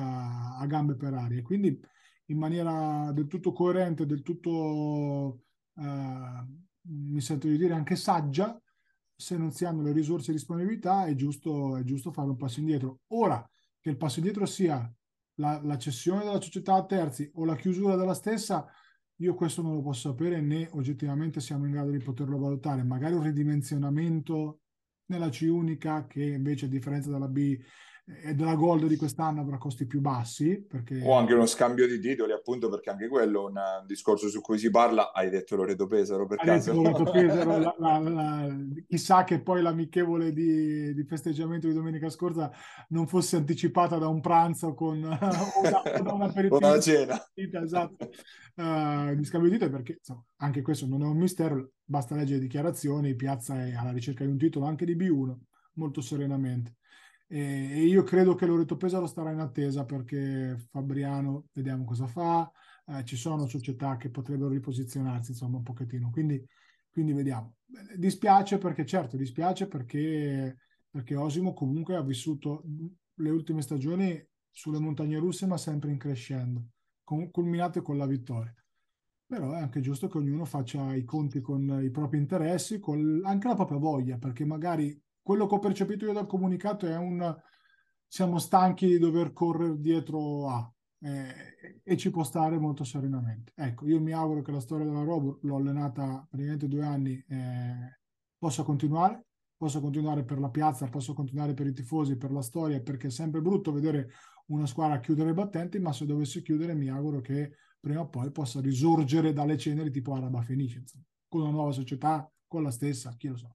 C: a, a gambe per aria. E quindi in maniera del tutto coerente, del tutto, eh, mi sento di dire, anche saggia, se non si hanno le risorse e disponibilità è giusto, è giusto fare un passo indietro. Ora, che il passo indietro sia la, la cessione della società a terzi o la chiusura della stessa, io questo non lo posso sapere, né oggettivamente siamo in grado di poterlo valutare. Magari un ridimensionamento nella C unica, che invece a differenza della B e della Gold di quest'anno avrà costi più bassi, perché
B: O anche uno scambio di titoli, appunto, perché anche quello è un uh, discorso su cui si parla. Hai detto Loreto Pesaro per
C: ha detto
B: caso?
C: Loreto Pesaro, la, la, la, chissà che poi l'amichevole di, di festeggiamento di domenica scorsa non fosse anticipata da un pranzo con, o, da, o da un aperitivo.
B: Una cena.
C: Esatto. Uh, di scambio di titoli, perché insomma, anche questo non è un mistero, basta leggere le dichiarazioni. Piazza è alla ricerca di un titolo anche di B uno, molto serenamente. E, e io credo che Loreto Pesaro starà in attesa, perché Fabriano, vediamo cosa fa. Eh, ci sono società che potrebbero riposizionarsi insomma un pochettino, quindi, quindi vediamo. Dispiace perché, certo, dispiace perché, perché Osimo comunque ha vissuto le ultime stagioni sulle montagne russe, ma sempre in crescendo, culminate con la vittoria. Però è anche giusto che ognuno faccia i conti con i propri interessi, con anche la propria voglia, perché magari quello che ho percepito io dal comunicato è un siamo stanchi di dover correre dietro a eh, e ci può stare molto serenamente. Ecco, io mi auguro che la storia della Robur, l'ho allenata praticamente due anni, eh, possa continuare, possa continuare per la piazza, possa continuare per i tifosi, per la storia, perché è sempre brutto vedere una squadra chiudere i battenti, ma se dovesse chiudere mi auguro che prima o poi possa risorgere dalle ceneri tipo Araba Fenice, insomma, con una nuova società, con la stessa, chi lo sa.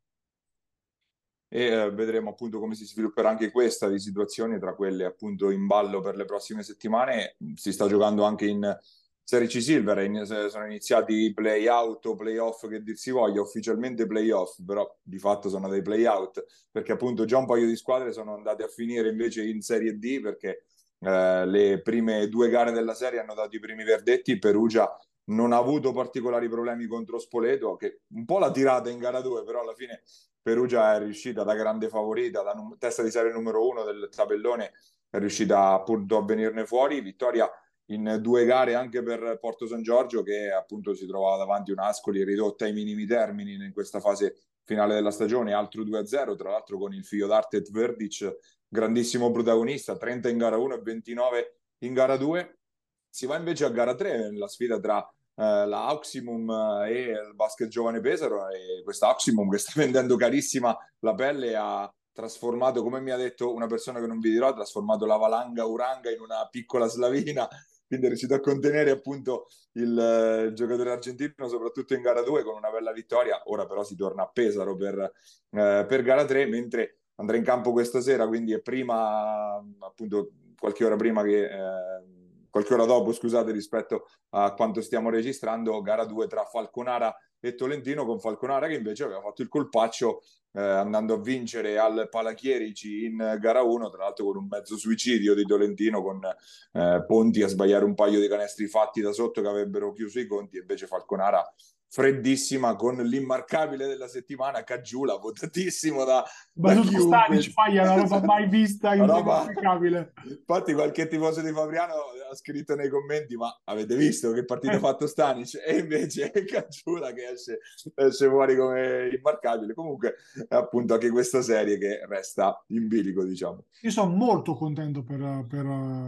B: E eh, vedremo appunto come si svilupperà anche questa di situazioni tra quelle appunto in ballo per le prossime settimane. Si sta giocando anche in Serie C Silver, in, sono iniziati i play-out o play-off che dir si voglia, ufficialmente play-off, però di fatto sono dei play-out, perché appunto già un paio di squadre sono andate a finire invece in Serie D, perché eh, le prime due gare della serie hanno dato i primi verdetti. Perugia non ha avuto particolari problemi contro Spoleto, che un po' l'ha tirata in gara due, però alla fine Perugia è riuscita da grande favorita, da num- testa di serie numero uno del tabellone, è riuscita appunto a venirne fuori. Vittoria in due gare anche per Porto San Giorgio, che appunto si trovava davanti un Ascoli ridotta ai minimi termini in questa fase finale della stagione, altro due a zero, tra l'altro con il figlio d'arte Tverdic, grandissimo protagonista, trenta in gara uno e ventinove in gara due. Si va invece a gara tre, la sfida tra eh, la Auximum e il Basket Giovane Pesaro, e questa Auximum che sta vendendo carissima la pelle ha trasformato, come mi ha detto una persona che non vi dirò, ha trasformato la valanga Uranga in una piccola slavina, quindi è riuscito a contenere appunto il, il giocatore argentino, soprattutto in gara due, con una bella vittoria. Ora però si torna a Pesaro per, eh, per gara tre, mentre andrà in campo questa sera, quindi è prima, appunto qualche ora prima che... Eh, qualche ora dopo, scusate, rispetto a quanto stiamo registrando, gara due tra Falconara e Tolentino, con Falconara che invece aveva fatto il colpaccio eh, andando a vincere al Palachierici in gara uno, tra l'altro con un mezzo suicidio di Tolentino, con eh, Ponti a sbagliare un paio di canestri fatti da sotto che avrebbero chiuso i conti, e invece Falconara freddissima con l'immarcabile della settimana Caggiula, votatissimo da, da
C: Battuto
B: chiunque.
C: Stanic, poi è una roba mai vista,
B: Una roba...
C: inspiegabile.
B: Infatti qualche tifoso di Fabriano ha scritto nei commenti: ma avete visto che partita ha fatto Stanic? E invece è Caggiula che esce, esce fuori come immarcabile. Comunque appunto anche questa serie che resta in bilico, diciamo.
C: Io sono molto contento per, per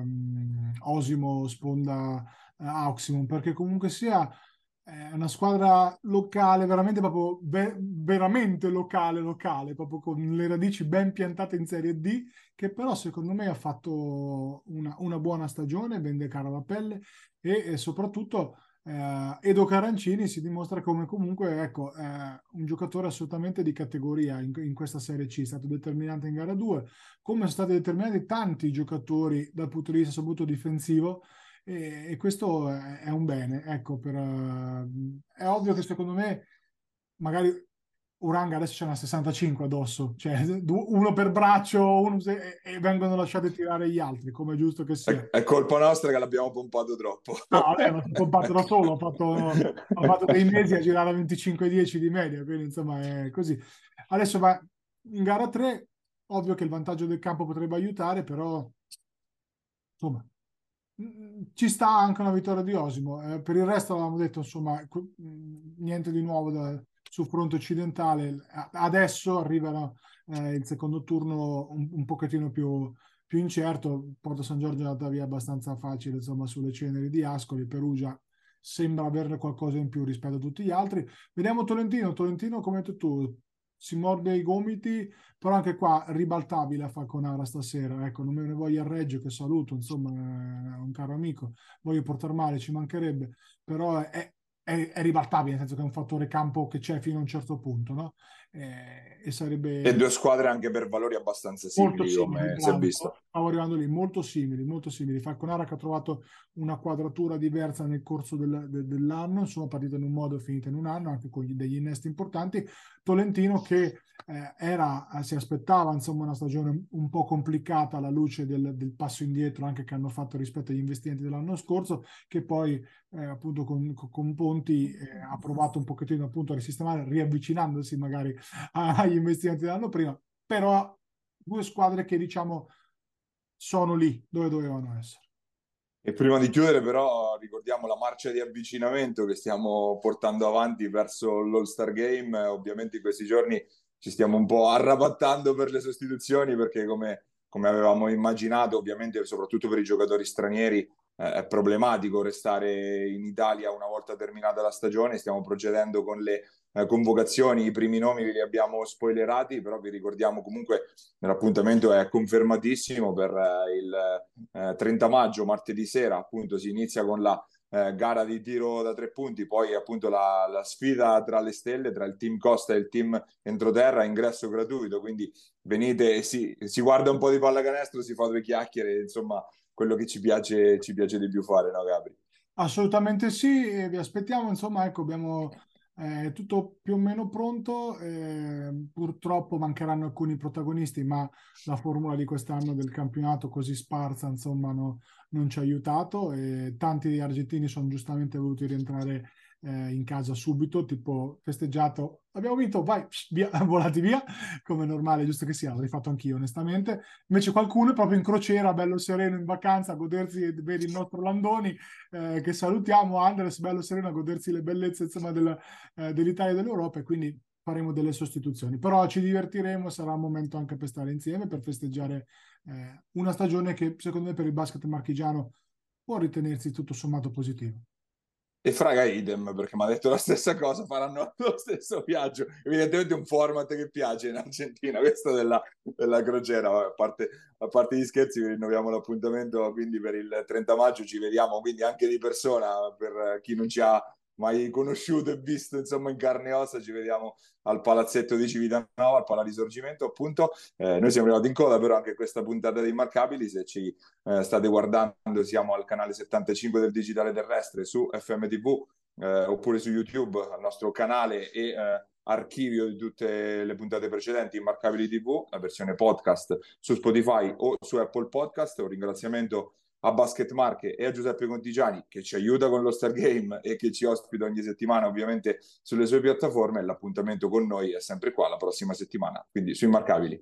C: um, Osimo Sponda uh, Auximum, perché comunque sia è una squadra locale, veramente proprio ve- veramente locale, locale, proprio con le radici ben piantate in Serie D, che però secondo me ha fatto una, una buona stagione, vende cara la pelle e, e soprattutto eh, Edo Carancini si dimostra come comunque ecco, eh, un giocatore assolutamente di categoria in, in questa Serie C, è stato determinante in gara due, come sono stati determinati tanti giocatori dal punto di vista soprattutto difensivo. E, e questo è, è un bene, ecco, per, uh, è ovvio che secondo me magari Uranga adesso c'è una sessantacinque addosso, cioè uno per braccio uno se, e, e vengono lasciati tirare gli altri, come è giusto che sia.
B: È, è colpa nostra che l'abbiamo pompato troppo.
C: No, vabbè, non sono pompato da solo, ho fatto, ho fatto dei mesi a girare a venticinque dieci di media, quindi insomma è così. Adesso va in gara tre, ovvio che il vantaggio del campo potrebbe aiutare, però insomma ci sta anche una vittoria di Osimo. Eh, per il resto avevamo detto, insomma, niente di nuovo da, sul fronte occidentale. Adesso arriva eh, il secondo turno un, un pochettino più, più incerto. Porto San Giorgio è andata via abbastanza facile, insomma, sulle ceneri di Ascoli. Perugia sembra averne qualcosa in più rispetto a tutti gli altri. Vediamo Tolentino. Tolentino, come hai detto tu, si morde i gomiti, però anche qua ribaltabile a Falconara stasera. Ecco, non me ne voglio a Reggio, che saluto, insomma, è un caro amico. Voglio portar male, ci mancherebbe, però è, è, è ribaltabile, nel senso che è un fattore campo che c'è fino a un certo punto, no? Eh, e sarebbe...
B: E due squadre anche per valori abbastanza simili,
C: simili,
B: come
C: bravo,
B: si è visto.
C: Stavo arrivando lì, molto simili, molto simili. Falconara che ha trovato una quadratura diversa nel corso del, de, dell'anno, insomma, partita in un modo e finita in un anno, anche con degli innesti importanti. Tolentino che eh, era, si aspettava, insomma, una stagione un po' complicata alla luce del, del passo indietro anche che hanno fatto rispetto agli investimenti dell'anno scorso, che poi eh, appunto con, con Ponti eh, ha provato un pochettino appunto a risistemare, riavvicinandosi magari agli investimenti dell'anno prima, però due squadre che diciamo sono lì dove dovevano essere.
B: E prima di chiudere però ricordiamo la marcia di avvicinamento che stiamo portando avanti verso l'All-Star Game. Ovviamente in questi giorni ci stiamo un po' arrabattando per le sostituzioni perché come, come avevamo immaginato, ovviamente soprattutto per i giocatori stranieri eh, è problematico restare in Italia una volta terminata la stagione. Stiamo procedendo con le eh, convocazioni, i primi nomi vi li abbiamo spoilerati, però vi ricordiamo comunque l'appuntamento è confermatissimo per eh, il eh, trenta maggio, martedì sera, appunto si inizia con la eh, gara di tiro da tre punti, poi appunto la, la sfida tra le stelle, tra il team Costa e il team Entroterra, ingresso gratuito, quindi venite e si, si guarda un po' di pallacanestro, si fa due chiacchiere, insomma quello che ci piace, ci piace di più fare, no Gabri?
C: Assolutamente sì, e vi aspettiamo, insomma, ecco, abbiamo eh, tutto più o meno pronto, eh, purtroppo mancheranno alcuni protagonisti, ma la formula di quest'anno del campionato così sparsa, insomma, no, non ci ha aiutato e tanti argentini sono giustamente voluti rientrare eh, in casa subito, tipo festeggiato, abbiamo vinto, vai, psh, via, volati via, come normale, giusto che sia, l'avrei fatto anch'io onestamente. Invece qualcuno è proprio in crociera, bello sereno in vacanza, a godersi, vedi il nostro Landoni, eh, che salutiamo, Andres, bello sereno, a godersi le bellezze insomma del, eh, dell'Italia e dell'Europa, e quindi faremo delle sostituzioni. Però ci divertiremo, sarà un momento anche per stare insieme, per festeggiare eh, una stagione che secondo me per il basket marchigiano può ritenersi tutto sommato positivo.
B: E Fraga idem, perché mi ha detto la stessa cosa, faranno lo stesso viaggio. Evidentemente un format che piace in Argentina, questo della, della crociera. A parte, a parte gli scherzi, vi rinnoviamo l'appuntamento quindi per il trenta maggio, ci vediamo quindi anche di persona, per chi non ci ha mai conosciuto e visto insomma in carne e ossa, ci vediamo al palazzetto di Civitanova, al Palarisorgimento appunto. Eh, noi siamo arrivati in coda però anche questa puntata di Immarcabili, se ci eh, state guardando siamo al canale settantacinque del Digitale Terrestre su F M T V eh, oppure su YouTube al nostro canale e eh, archivio di tutte le puntate precedenti Immarcabili T V, la versione podcast su Spotify o su Apple Podcast. Un ringraziamento a Basket Marche e a Giuseppe Contigiani che ci aiuta con lo Star Game e che ci ospita ogni settimana ovviamente sulle sue piattaforme. L'appuntamento con noi è sempre qua la prossima settimana, quindi su Immarcabili.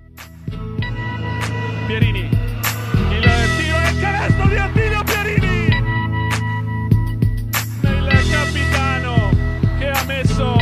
A: Pierini, il tiro e il canestro di Attilio Pierini, il capitano che ha messo